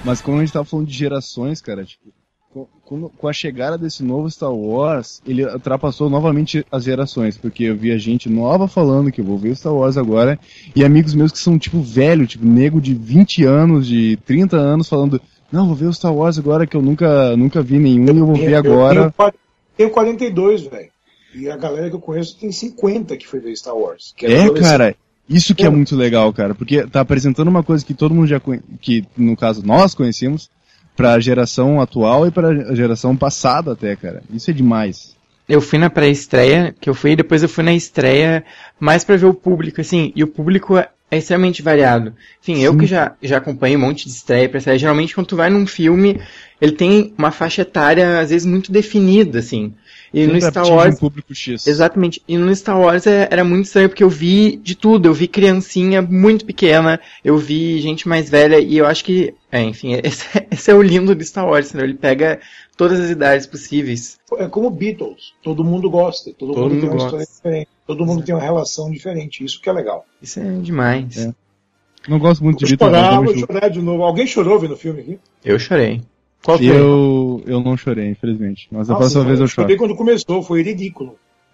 Mas como a gente tava falando de gerações, cara, tipo, com a chegada desse novo Star Wars, ele ultrapassou novamente as gerações, porque eu via gente nova falando que eu vou ver Star Wars agora, e amigos meus que são tipo velho, tipo nego de 20 anos, de 30 anos falando, não, vou ver o Star Wars agora que eu nunca vi nenhum e eu vou ver agora. Eu tenho 42, velho. E a galera que eu conheço tem 50 que foi ver Star Wars. Cara, isso que é muito legal, cara, porque tá apresentando uma coisa que todo mundo já conhece, que no caso nós conhecemos, pra geração atual e pra geração passada até, cara. Isso é demais. Eu fui na pré-estreia, depois eu fui na estreia mais pra ver o público, assim, e o público é extremamente variado. Enfim, eu que já acompanho um monte de estreia, pré-estreia, geralmente quando tu vai num filme, ele tem uma faixa etária, às vezes, muito definida, assim. E sempre no Star Wars... um público X. Exatamente. E no Star Wars era muito estranho, porque eu vi de tudo. Eu vi criancinha muito pequena, eu vi gente mais velha, e eu acho que... enfim, esse é o lindo do Star Wars, né? Ele pega todas as idades possíveis. É como Beatles. Todo mundo gosta. Todo mundo tem uma história diferente. Todo mundo tem uma relação diferente. Isso que é legal. Isso é demais. É. Não gosto muito de Beatles. Vou chorar de novo. Alguém chorou vendo o filme aqui? Eu chorei. Qual foi? Eu não chorei, infelizmente. Mas a próxima vez eu choro. Eu chorei quando começou, foi ridículo.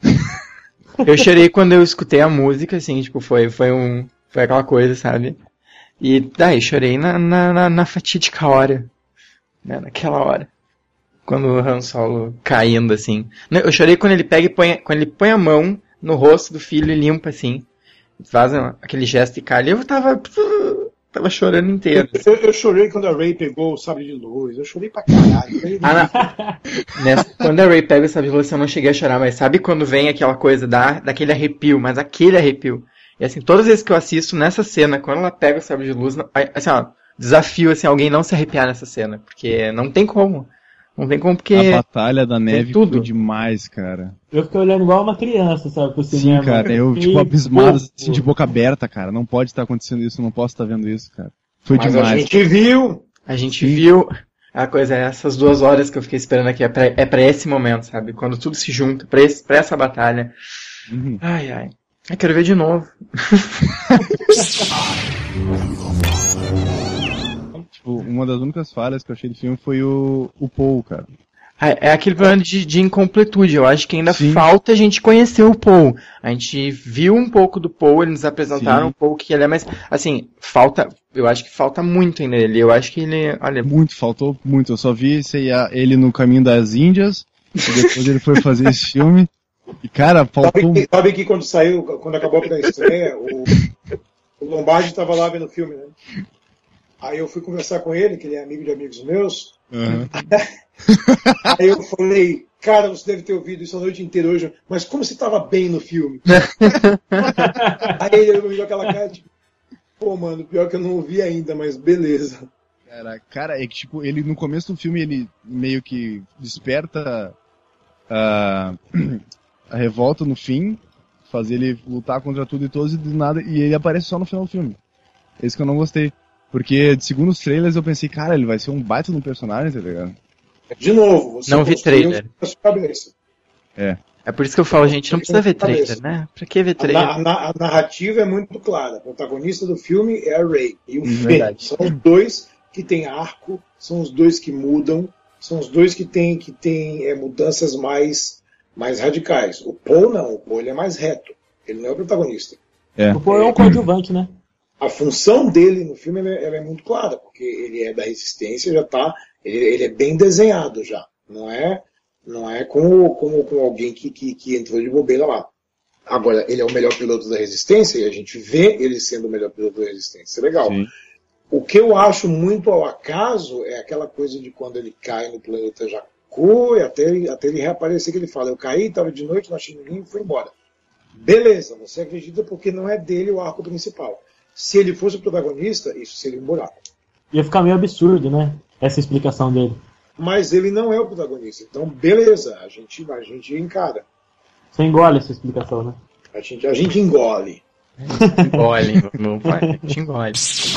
Eu chorei quando eu escutei a música, assim, tipo, foi aquela coisa, sabe? E daí chorei na fatídica hora. Né, naquela hora. Quando o Han Solo caindo, assim. Eu chorei quando ele pega quando ele põe a mão no rosto do filho e limpa, assim. Faz aquele gesto e cai. E eu tava chorando inteiro. Eu chorei quando a Rey pegou o sabre de luz. Eu chorei pra caralho. Quando a Rey pega o sabre de luz, eu não cheguei a chorar, mas sabe quando vem aquela coisa daquele arrepio, mas aquele arrepio. E assim, todas as vezes que eu assisto nessa cena, quando ela pega o sabre de luz, assim, ó, desafio assim, alguém não se arrepiar nessa cena, porque não tem como. Não tem como, porque... A Batalha da Neve foi demais, cara. Eu fiquei olhando igual uma criança, sabe, pro cinema. Sim, cara, eu, tipo, abismado, assim, de boca aberta, cara. Não pode estar acontecendo isso, não posso estar vendo isso, cara. Foi demais. A gente viu! A gente viu. A coisa é, essas 2 horas que eu fiquei esperando aqui, é pra esse momento, sabe? Quando tudo se junta, pra essa batalha. Uhum. Ai. Eu quero ver de novo. Uma das únicas falhas que eu achei do filme foi o Paul, cara. É aquele problema de incompletude. Eu acho que ainda falta a gente conhecer o Paul. A gente viu um pouco do Paul, eles nos apresentaram um pouco que ele é, mas, assim, eu acho que falta muito ainda ele. Eu acho que ele, olha... Faltou muito. Eu só vi ele no Caminho das Índias, e depois ele foi fazer esse filme. E, cara, faltou... Sabe que quando acabou a estreia, o Lombardi estava lá vendo o filme, né? Aí eu fui conversar com ele, que ele é amigo de amigos meus. Uhum. Aí eu falei, cara, você deve ter ouvido isso a noite inteira hoje, mas como você estava bem no filme? Aí ele me deu aquela cara, tipo, pô, mano, pior que eu não ouvi ainda, mas beleza. Cara, é que, tipo, ele no começo do filme, ele meio que desperta a revolta no fim, faz ele lutar contra tudo e todos e do nada, e ele aparece só no final do filme. É isso que eu não gostei. Porque, segundo os trailers, eu pensei, cara, ele vai ser um baita no personagem, tá ligado? De novo, você não vi trailer. É por isso que eu falo, gente, não precisa ver trailer, né? Pra que ver trailer? A narrativa é muito clara. A protagonista do filme é a Rey e o Finn. São os dois que têm arco, são os dois que mudam, são os dois que têm mudanças mais radicais. O Paul não, o Paul ele é mais reto. Ele não é o protagonista. O Paul é um coadjuvante, né? A função dele no filme ela é muito clara, porque ele é da resistência, ele é bem desenhado já. Não é como alguém que entrou de bobeira lá. Agora, ele é o melhor piloto da resistência e a gente vê ele sendo o melhor piloto da resistência. Legal. Sim. O que eu acho muito ao acaso é aquela coisa de quando ele cai no planeta Jakku e até ele reaparecer, que ele fala, eu caí, estava de noite, não achei ninguém e fui embora. Beleza, você acredita porque não é dele o arco principal. Se ele fosse o protagonista, isso seria um buraco. Ia ficar meio absurdo, né? Essa explicação dele. Mas ele não é o protagonista. Então, beleza, a gente encara. Você engole essa explicação, né? A gente engole. Engole, meu pai. A gente engole.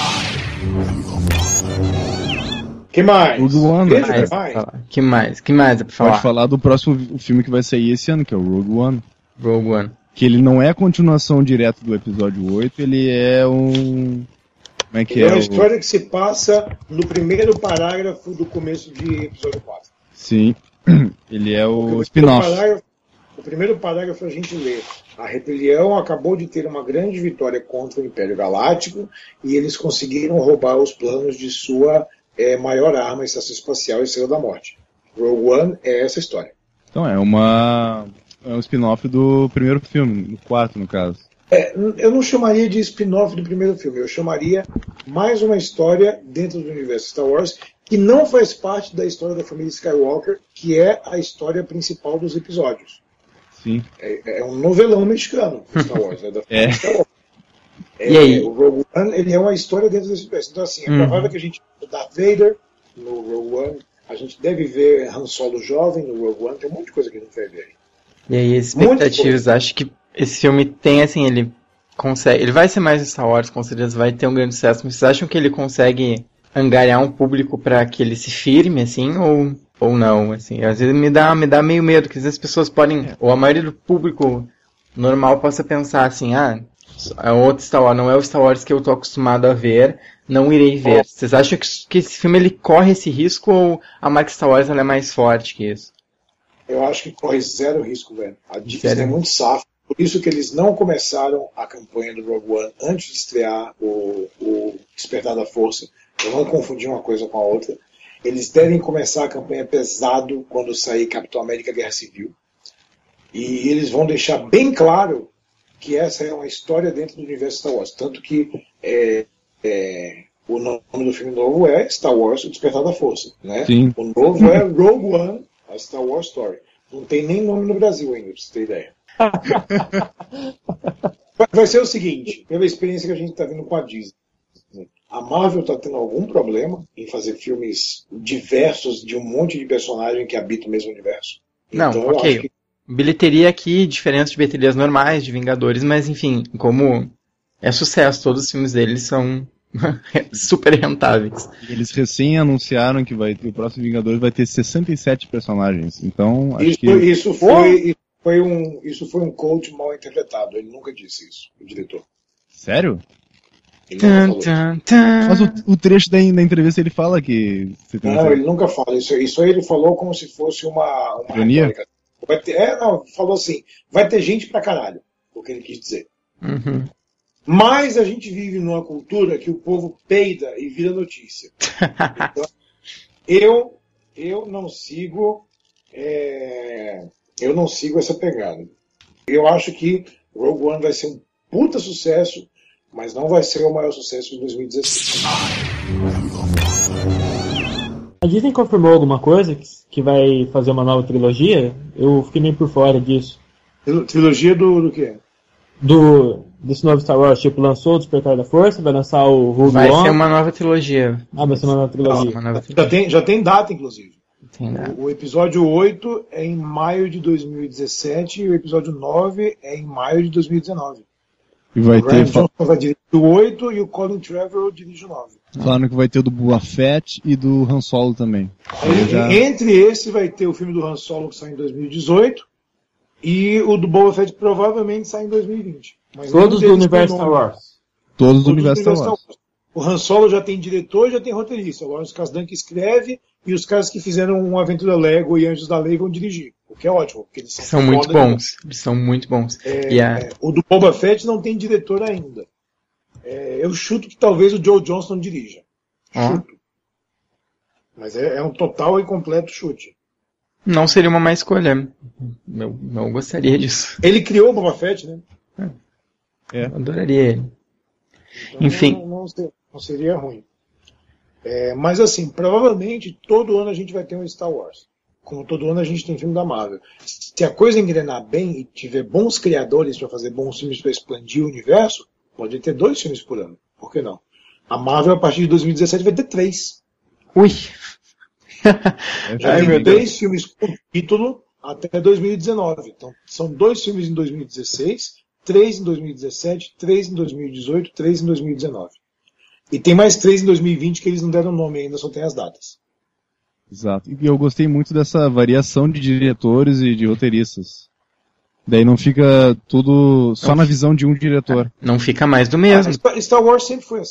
Que mais? Rogue One, Que mais é pra falar? Pode falar do próximo filme que vai sair esse ano, que é o Rogue One. Rogue One. Que ele não é a continuação direta do episódio 8, ele é Como é que Ele é uma o... história que se passa no primeiro parágrafo do começo de episódio 4. Sim, ele é o Porque spin-off. O primeiro parágrafo a gente lê: a rebelião acabou de ter uma grande vitória contra o Império Galáctico e eles conseguiram roubar os planos de sua maior arma, a Estação Espacial Estrela da Morte. Rogue One é essa história. Então é um spin-off do primeiro filme, do 4 no caso. Eu não chamaria de spin-off do primeiro filme, eu chamaria mais uma história dentro do universo Star Wars que não faz parte da história da família Skywalker, que é a história principal dos episódios. Sim. É um novelão mexicano, Star Wars, da família Skywalker. E aí? O Rogue One, ele é uma história dentro desse universo. Então, assim, é provável que a gente veja Darth Vader no Rogue One, a gente deve ver Han Solo jovem no Rogue One, tem um monte de coisa que a gente vai ver aí. E aí, expectativas, acho que esse filme tem, assim, ele consegue, ele vai ser mais Star Wars, com certeza vai ter um grande sucesso, mas vocês acham que ele consegue angariar um público pra que ele se firme, assim, ou não, assim, às vezes me dá meio medo, que às vezes as pessoas podem, ou a maioria do público normal possa pensar assim, é outro Star Wars, não é o Star Wars que eu tô acostumado a ver, não irei ver. Vocês acham que esse filme ele corre esse risco ou a marca Star Wars ela é mais forte que isso? Eu acho que corre zero risco, velho. A Disney é muito safa. Por isso que eles não começaram a campanha do Rogue One antes de estrear o Despertar da Força. Eu não confundi uma coisa com a outra. Eles devem começar a campanha pesado quando sair Capitão América Guerra Civil. E eles vão deixar bem claro que essa é uma história dentro do universo Star Wars. Tanto que o nome do filme novo é Star Wars, O Despertar da Força. Né? Sim. O novo é Rogue One, a Star Wars Story. Não tem nem nome no Brasil ainda, pra você ter ideia. Vai ser o seguinte, pela experiência que a gente está vendo com a Disney, a Marvel está tendo algum problema em fazer filmes diversos de um monte de personagem que habitam o mesmo universo. Não, então, ok. eu acho que... Bilheteria aqui, diferente de bilheterias normais, de Vingadores, mas enfim, como é sucesso, todos os filmes deles são super rentáveis. Eles recém anunciaram que o próximo Vingadores vai ter 67 personagens, então acho isso foi um coach mal interpretado, ele nunca disse isso, o diretor. Sério? Ele nunca falou isso. Mas o trecho da entrevista ele fala que... Não, ele nunca fala. Isso aí ele falou como se fosse uma ironia? Falou assim, vai ter gente pra caralho, o que ele quis dizer. Uhum. Mas a gente vive numa cultura que o povo peida e vira notícia. Então, eu não sigo essa pegada. Eu acho que Rogue One vai ser um puta sucesso, mas não vai ser o maior sucesso de 2016. A Disney confirmou alguma coisa que vai fazer uma nova trilogia? Eu fiquei meio por fora disso. Trilogia do quê? Desse novo Star Wars, tipo, lançou o Despertar da Força, vai lançar o Rogue One. Vai ser uma nova trilogia. Vai ser uma nova trilogia. Já tem data, inclusive. Tem data. O episódio 8 é em maio de 2017 e o episódio 9 é em maio de 2019. E vai o Rian Johnson vai dirigir o 8 e o Colin Trevorrow dirige o 9. Falaram que vai ter o do Boba Fett e do Han Solo também. Entre esse vai ter o filme do Han Solo que sai em 2018 e o do Boba Fett provavelmente sai em 2020. Mas todos do universo Star Wars. Todos do universo Star Wars. O Han Solo já tem diretor e já tem roteirista. Agora os Kasdan que escreve e os caras que fizeram uma aventura Lego e Anjos da Lei vão dirigir. O que é ótimo, porque eles são muito bons. Eles são muito bons. O do Boba Fett não tem diretor ainda. Eu chuto que talvez o Joe Johnston dirija. Chuto. Mas é um total e completo chute. Não seria uma má escolha. Eu não gostaria disso. Ele criou o Boba Fett, né? Eu adoraria ele. Então, enfim. Não seria ruim. Mas assim, provavelmente todo ano a gente vai ter um Star Wars. Como todo ano a gente tem filme da Marvel. Se a coisa engrenar bem e tiver bons criadores para fazer bons filmes para expandir o universo, pode ter 2 filmes por ano. Por que não? A Marvel, a partir de 2017, vai ter 3. Ui! Já tem 3 filmes com título até 2019. Então, são 2 filmes em 2016, 3 em 2017, 3 em 2018, 3 em 2019. E tem mais 3 em 2020 que eles não deram nome ainda, só tem as datas. Exato. E eu gostei muito dessa variação de diretores e de roteiristas. Daí não fica tudo só na visão de um diretor. Não fica mais do mesmo. Star Wars sempre foi assim.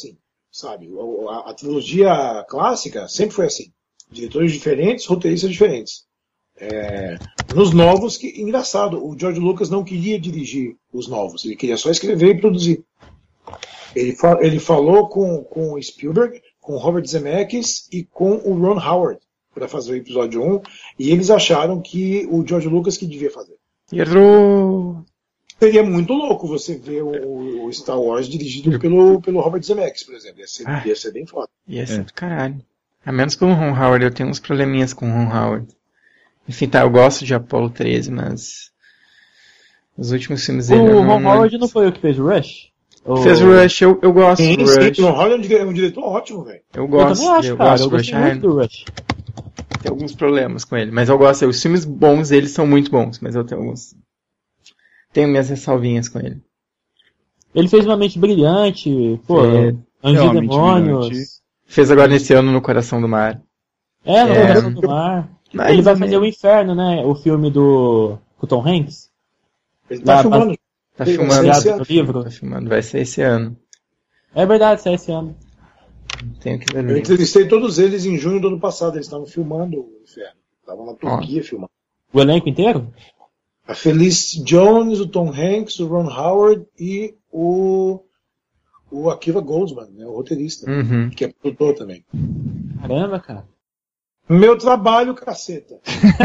sabe? A trilogia clássica sempre foi assim. Diretores diferentes, roteiristas diferentes. Nos novos, engraçado, o George Lucas não queria dirigir os novos, ele queria só escrever e produzir. Ele falou com o Spielberg, com o Robert Zemeckis e com o Ron Howard para fazer o episódio 1, e eles acharam que o George Lucas que devia fazer. Errou! Seria muito louco você ver o Star Wars dirigido pelo Robert Zemeckis, por exemplo. Ia ser bem foda. Ia ser do caralho. A menos pelo Ron Howard, eu tenho uns probleminhas com o Ron Howard. Enfim, tá, eu gosto de Apollo 13, mas os últimos filmes dele... O Ron Howard não foi o que fez o Rush? Fez o Rush, eu gosto do Rush. O Ron Howard é um diretor ótimo, velho. Eu gosto, eu gosto do Rush. Tem alguns problemas com ele, mas eu gosto. Os filmes bons dele são muito bons, mas eu tenho alguns... Tenho minhas ressalvinhas com ele. Ele fez Uma Mente Brilhante, pô, Anjos e Demônios. Fez agora nesse ano No Coração do Mar. No Coração do Mar. Mas ele vai fazer o Inferno, né? O filme com o Tom Hanks. Ele tá filmando. Tá filmando no livro. Tá filmando, vai ser esse ano. É verdade, sai esse ano. Tenho que ver. Eu entrevistei todos eles em junho do ano passado, eles estavam filmando o Inferno. Estavam na Turquia filmando. O elenco inteiro? A Felicity Jones, o Tom Hanks, o Ron Howard e o Akiva Goldsman, né, o roteirista, que é produtor também. Caramba, cara. Meu trabalho, caceta.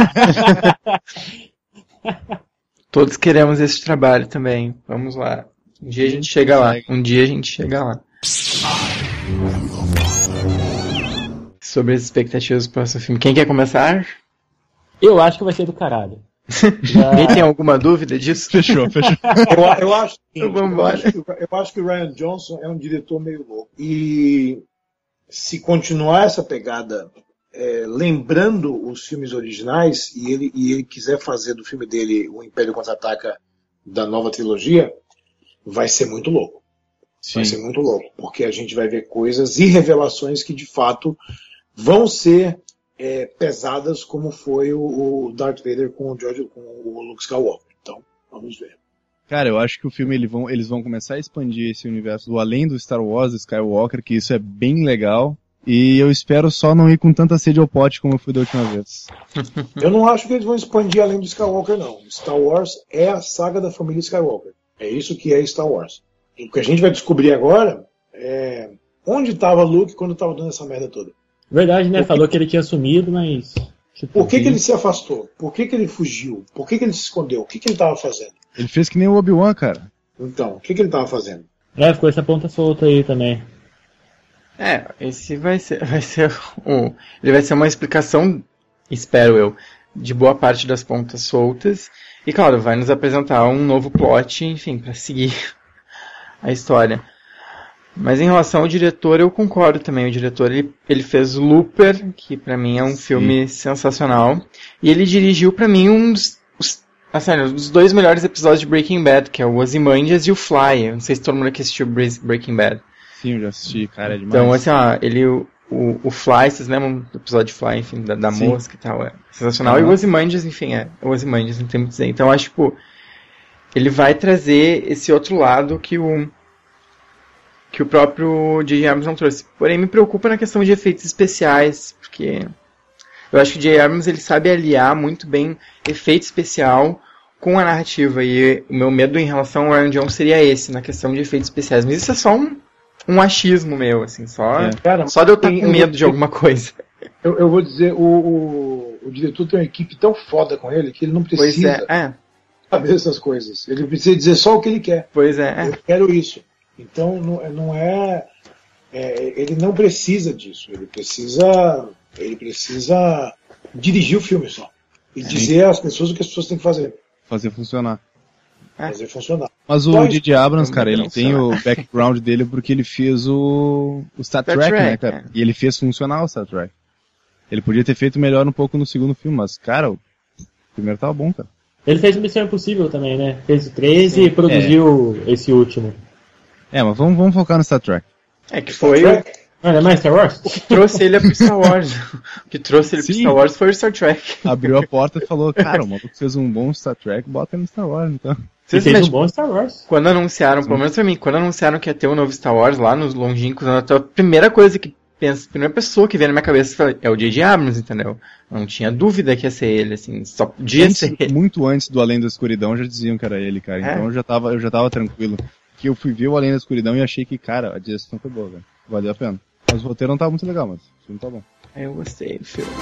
Todos queremos esse trabalho também. Vamos lá. Um dia a gente chega lá. Sobre as expectativas do próximo filme. Quem quer começar? Eu acho que vai ser do caralho. Alguém tem alguma dúvida disso? Fechou. Eu acho que o Rian Johnson é um diretor meio louco. E se continuar essa pegada, lembrando os filmes originais, e ele quiser fazer do filme dele o Império Contra-Ataca da nova trilogia, vai ser muito louco. Sim. Vai ser muito louco. Porque a gente vai ver coisas e revelações que de fato vão ser pesadas, como foi o Darth Vader com o Luke Skywalker. Então, vamos ver. Cara, eu acho que o filme eles vão começar a expandir esse universo do além do Star Wars, do Skywalker, que isso é bem legal. E eu espero só não ir com tanta sede ao pote como eu fui da última vez. Eu não acho que eles vão expandir além do Skywalker, não. Star Wars é a saga da família Skywalker. É isso que é Star Wars. E o que a gente vai descobrir agora é onde estava Luke quando estava dando essa merda toda. Verdade, né? Falou que ele tinha sumido, mas... Por que ele se afastou? Por que ele fugiu? Por que ele se escondeu? O que ele estava fazendo? Ele fez que nem o Obi-Wan, cara. Então, o que ele estava fazendo? Ficou essa ponta solta aí também. Esse vai ser ele vai ser uma explicação, espero eu, de boa parte das pontas soltas. E claro, vai nos apresentar um novo plot, enfim, para seguir a história. Mas em relação ao diretor, eu concordo também. O diretor, ele fez Looper, que pra mim é um filme sensacional. E ele dirigiu pra mim um dos dois melhores episódios de Breaking Bad, que é o Ozymandias e o Fly. Eu não sei se todo mundo aqui assistiu Breaking Bad. Sim, eu já assisti, cara, é demais. Então, assim, o Fly, vocês lembram do episódio Fly, enfim, da mosca e tal, é sensacional. E o Ozymandias, enfim, o Ozymandias, não tem muito a dizer. Então, eu acho, ele vai trazer esse outro lado que o próprio J.J. Abrams não trouxe. Porém, me preocupa na questão de efeitos especiais, porque eu acho que o J.J. Abrams ele sabe aliar muito bem efeito especial com a narrativa, e o meu medo em relação ao Rian Johnson seria esse, na questão de efeitos especiais. Mas isso é só um achismo meu, assim, só de eu estar com medo de alguma coisa. Eu vou dizer, o diretor tem uma equipe tão foda com ele que ele não precisa saber essas coisas. Ele precisa dizer só o que ele quer. Pois é. Eu quero isso. Então, ele não precisa disso. Ele precisa dirigir o filme só. E dizer às pessoas o que as pessoas têm que fazer. Fazer funcionar. Fazer funcionar. Mas o J.J. Abrams, cara, ele tem o background dele porque ele fez o Star Trek, né, cara? E ele fez funcionar o Star Trek. Ele podia ter feito melhor um pouco no segundo filme, mas, cara, o primeiro tava bom, cara. Ele fez Missão Impossível também, né? Fez o 13 e produziu esse último. Mas vamos focar no Star Trek. Que foi... Não é mais Star Wars? O que trouxe ele pro Star Wars. O que trouxe ele pro Star Wars foi o Star Trek. Abriu a porta e falou, cara, o maluco fez um bom Star Trek, bota ele no Star Wars, então. E fez um bom Star Wars. Quando anunciaram, pelo menos pra mim, quando anunciaram que ia ter um novo Star Wars lá nos longínquos, a primeira coisa que pensa, a primeira pessoa que veio na minha cabeça é o J.J. Abrams, entendeu? Não tinha dúvida que ia ser ele, assim, só podia ser ele. Muito antes do Além da Escuridão já diziam que era ele, cara. Então eu já tava tranquilo. Que eu fui ver o Além da Escuridão e achei que, cara, a direção foi boa, velho. Valeu a pena. Mas o roteiro não tava muito legal, mas o filme tá bom. Eu gostei do filme.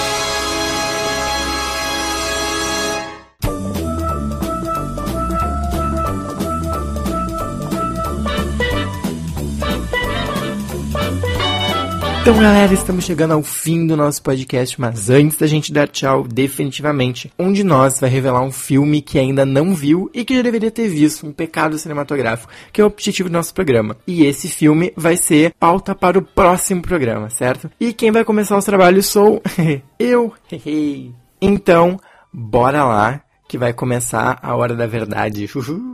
Então, galera, estamos chegando ao fim do nosso podcast, mas antes da gente dar tchau, definitivamente, um de nós vai revelar um filme que ainda não viu e que já deveria ter visto, um pecado cinematográfico, que é o objetivo do nosso programa. E esse filme vai ser pauta para o próximo programa, certo? E quem vai começar os trabalhos sou eu. Então, bora lá, que vai começar a hora da verdade.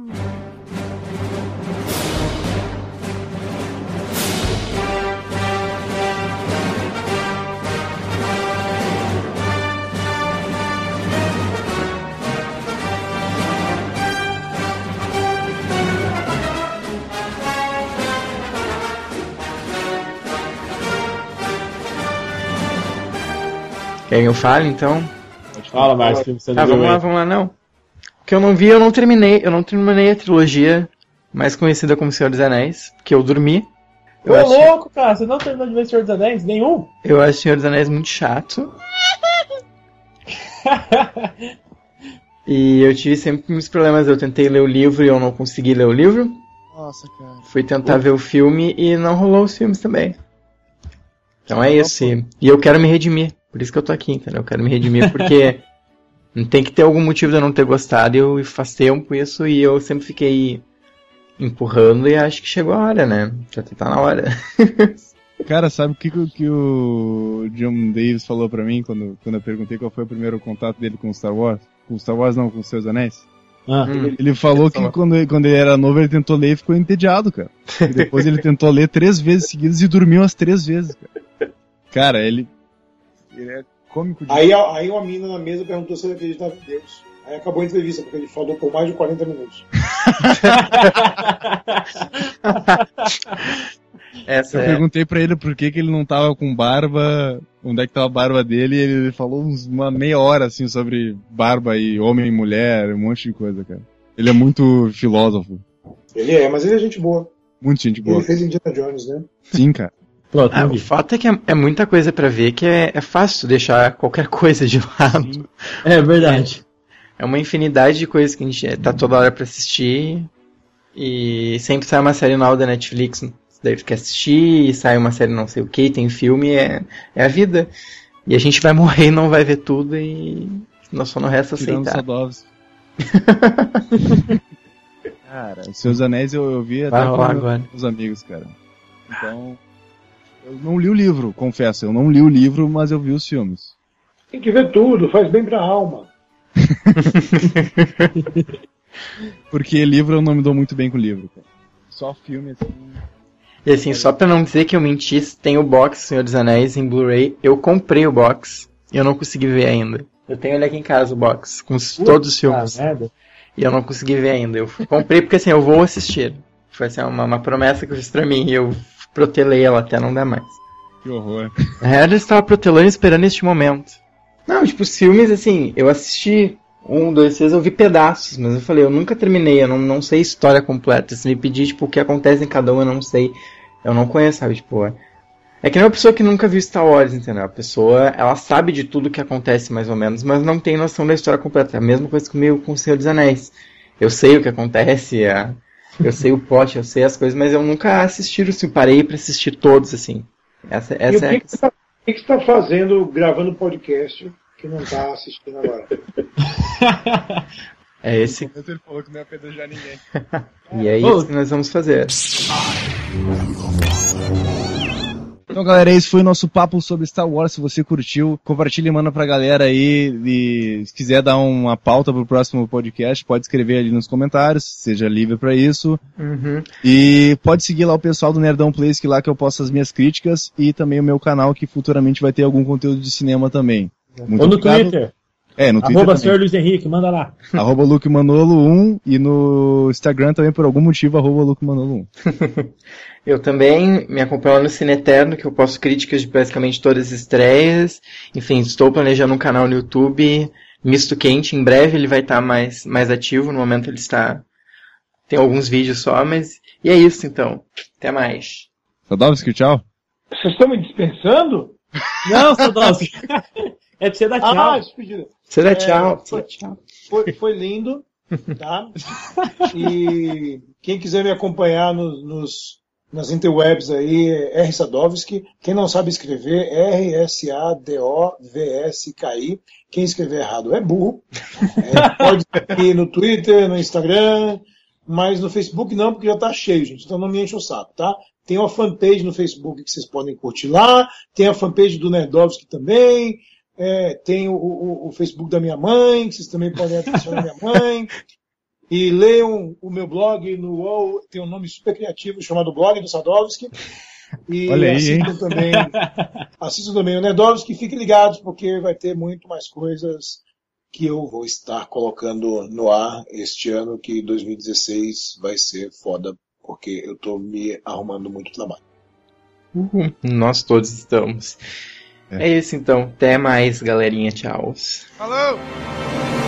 Querem que eu fale, então? Fala mais, filme você não viu. Vamos lá, não. O que eu não vi, eu não terminei a trilogia mais conhecida como Senhor dos Anéis, porque eu dormi. Ô, louco, cara, você não terminou de ver Senhor dos Anéis? Nenhum? Eu acho Senhor dos Anéis muito chato. E eu tive sempre muitos problemas. Eu tentei ler o livro e eu não consegui ler o livro. Nossa, cara. Fui tentar ver o filme e não rolou os filmes também. Então é isso. E eu quero me redimir. Por isso que eu tô aqui, entendeu? Eu quero me redimir porque não tem que ter algum motivo de eu não ter gostado. Eu faz tempo isso e eu sempre fiquei empurrando e acho que chegou a hora, né? Já tá na hora. Cara, sabe o que o John Davis falou pra mim quando eu perguntei qual foi o primeiro contato dele com Star Wars? Com Star Wars não, com os Seus Anéis? Ele falou que quando ele era novo ele tentou ler e ficou entediado, cara. E depois ele tentou ler 3 vezes seguidas e dormiu as 3 vezes, cara. Cara, ele é cômico de... Aí uma mina na mesa perguntou se ele acreditava em Deus. Aí acabou a entrevista, porque ele falou por mais de 40 minutos. Eu perguntei pra ele por que ele não tava com barba, onde é que tava a barba dele, e ele falou uma meia hora, assim, sobre barba e homem e mulher, um monte de coisa, cara. Ele é muito filósofo. Ele é, mas ele é gente boa. Muito gente boa. Ele fez Indiana Jones, né? Sim, cara. O fato é que é muita coisa pra ver que é fácil deixar qualquer coisa de lado. Sim. É verdade. É uma infinidade de coisas que a gente tá toda hora pra assistir. E sempre sai uma série nova da Netflix. Daí tu quer assistir, e sai uma série não sei o que, tem filme, é a vida. E a gente vai morrer e não vai ver tudo e nós só não resta aceitar. Cara, os Seus Anéis eu vi até com os amigos, cara. Então... Eu não li o livro, confesso. Eu não li o livro, mas eu vi os filmes. Tem que ver tudo, faz bem pra alma. Porque livro eu não me dou muito bem com o livro, cara. Só filme, assim... E assim, só pra não dizer que eu menti, tem o box Senhor dos Anéis em Blu-ray. Eu comprei o box e eu não consegui ver ainda. Eu tenho ele aqui em casa, o box, com todos os filmes. E eu não consegui ver ainda. Eu comprei porque assim, eu vou assistir. Foi assim, uma promessa que eu fiz pra mim e eu protelei ela até não dar mais. Que horror. Eu estava protelando e esperando este momento. Não, tipo, os filmes, assim, eu assisti 1, 2, 3, eu vi pedaços, mas eu falei, eu nunca terminei, eu não sei a história completa. Se me pedir, tipo, o que acontece em cada um, eu não sei. Eu não conheço, sabe, tipo... É que nem uma pessoa que nunca viu Star Wars, entendeu? A pessoa, ela sabe de tudo que acontece, mais ou menos, mas não tem noção da história completa. É a mesma coisa comigo com o Senhor dos Anéis. Eu sei o que acontece, eu sei o plot, eu sei as coisas, mas eu nunca assisti, assim, parei pra assistir todos, assim. Essa é a questão. O que você tá fazendo, gravando podcast, que não tá assistindo agora? É esse. Ele falou que não ia apedrejar ninguém. E é isso que nós vamos fazer. Então, galera, esse foi o nosso papo sobre Star Wars. Se você curtiu, compartilhe e manda pra galera aí. E se quiser dar uma pauta pro próximo podcast, pode escrever ali nos comentários. Seja livre pra isso. Uhum. E pode seguir lá o pessoal do Nerdão Plays, que lá que eu posto as minhas críticas. E também o meu canal, que futuramente vai ter algum conteúdo de cinema também. Muito Ou no obrigado. Twitter. No Twitter Arroba também. Sr. Luiz Henrique, manda lá. Arroba Luke Manolo 1 e no Instagram também, por algum motivo, arroba Luke Manolo 1. Eu também me acompanho lá no Cine Eterno, que eu posto críticas de basicamente todas as estreias. Enfim, estou planejando um canal no YouTube, Misto Quente. Em breve ele vai estar mais ativo. No momento ele está... Tem alguns vídeos só, mas... E é isso, então. Até mais. Sadovski, tchau. Vocês estão me dispensando? Não, Sadovski. É pra você dar tchau. Despedida. Você dá tchau. Tchau. Foi lindo, tá? E quem quiser me acompanhar nas interwebs aí, é R. Sadovski. Quem não sabe escrever, RSADOVSKI. Quem escrever errado é burro. Pode ir no Twitter, no Instagram, mas no Facebook não, porque já tá cheio, gente. Então não me enche o saco, tá? Tem uma fanpage no Facebook que vocês podem curtir lá. Tem a fanpage do Nerdovski também. Tem o Facebook da minha mãe, que vocês também podem adicionar minha mãe. E leiam o meu blog no UOL, tem um nome super criativo chamado Blog do Sadovski. E olha aí, assistam também o Nerdovski, fiquem ligados, porque vai ter muito mais coisas que eu vou estar colocando no ar este ano, que 2016 vai ser foda, porque eu tô me arrumando muito trabalho. Nós todos estamos. É isso então. Até mais, galerinha. Tchau. Falou!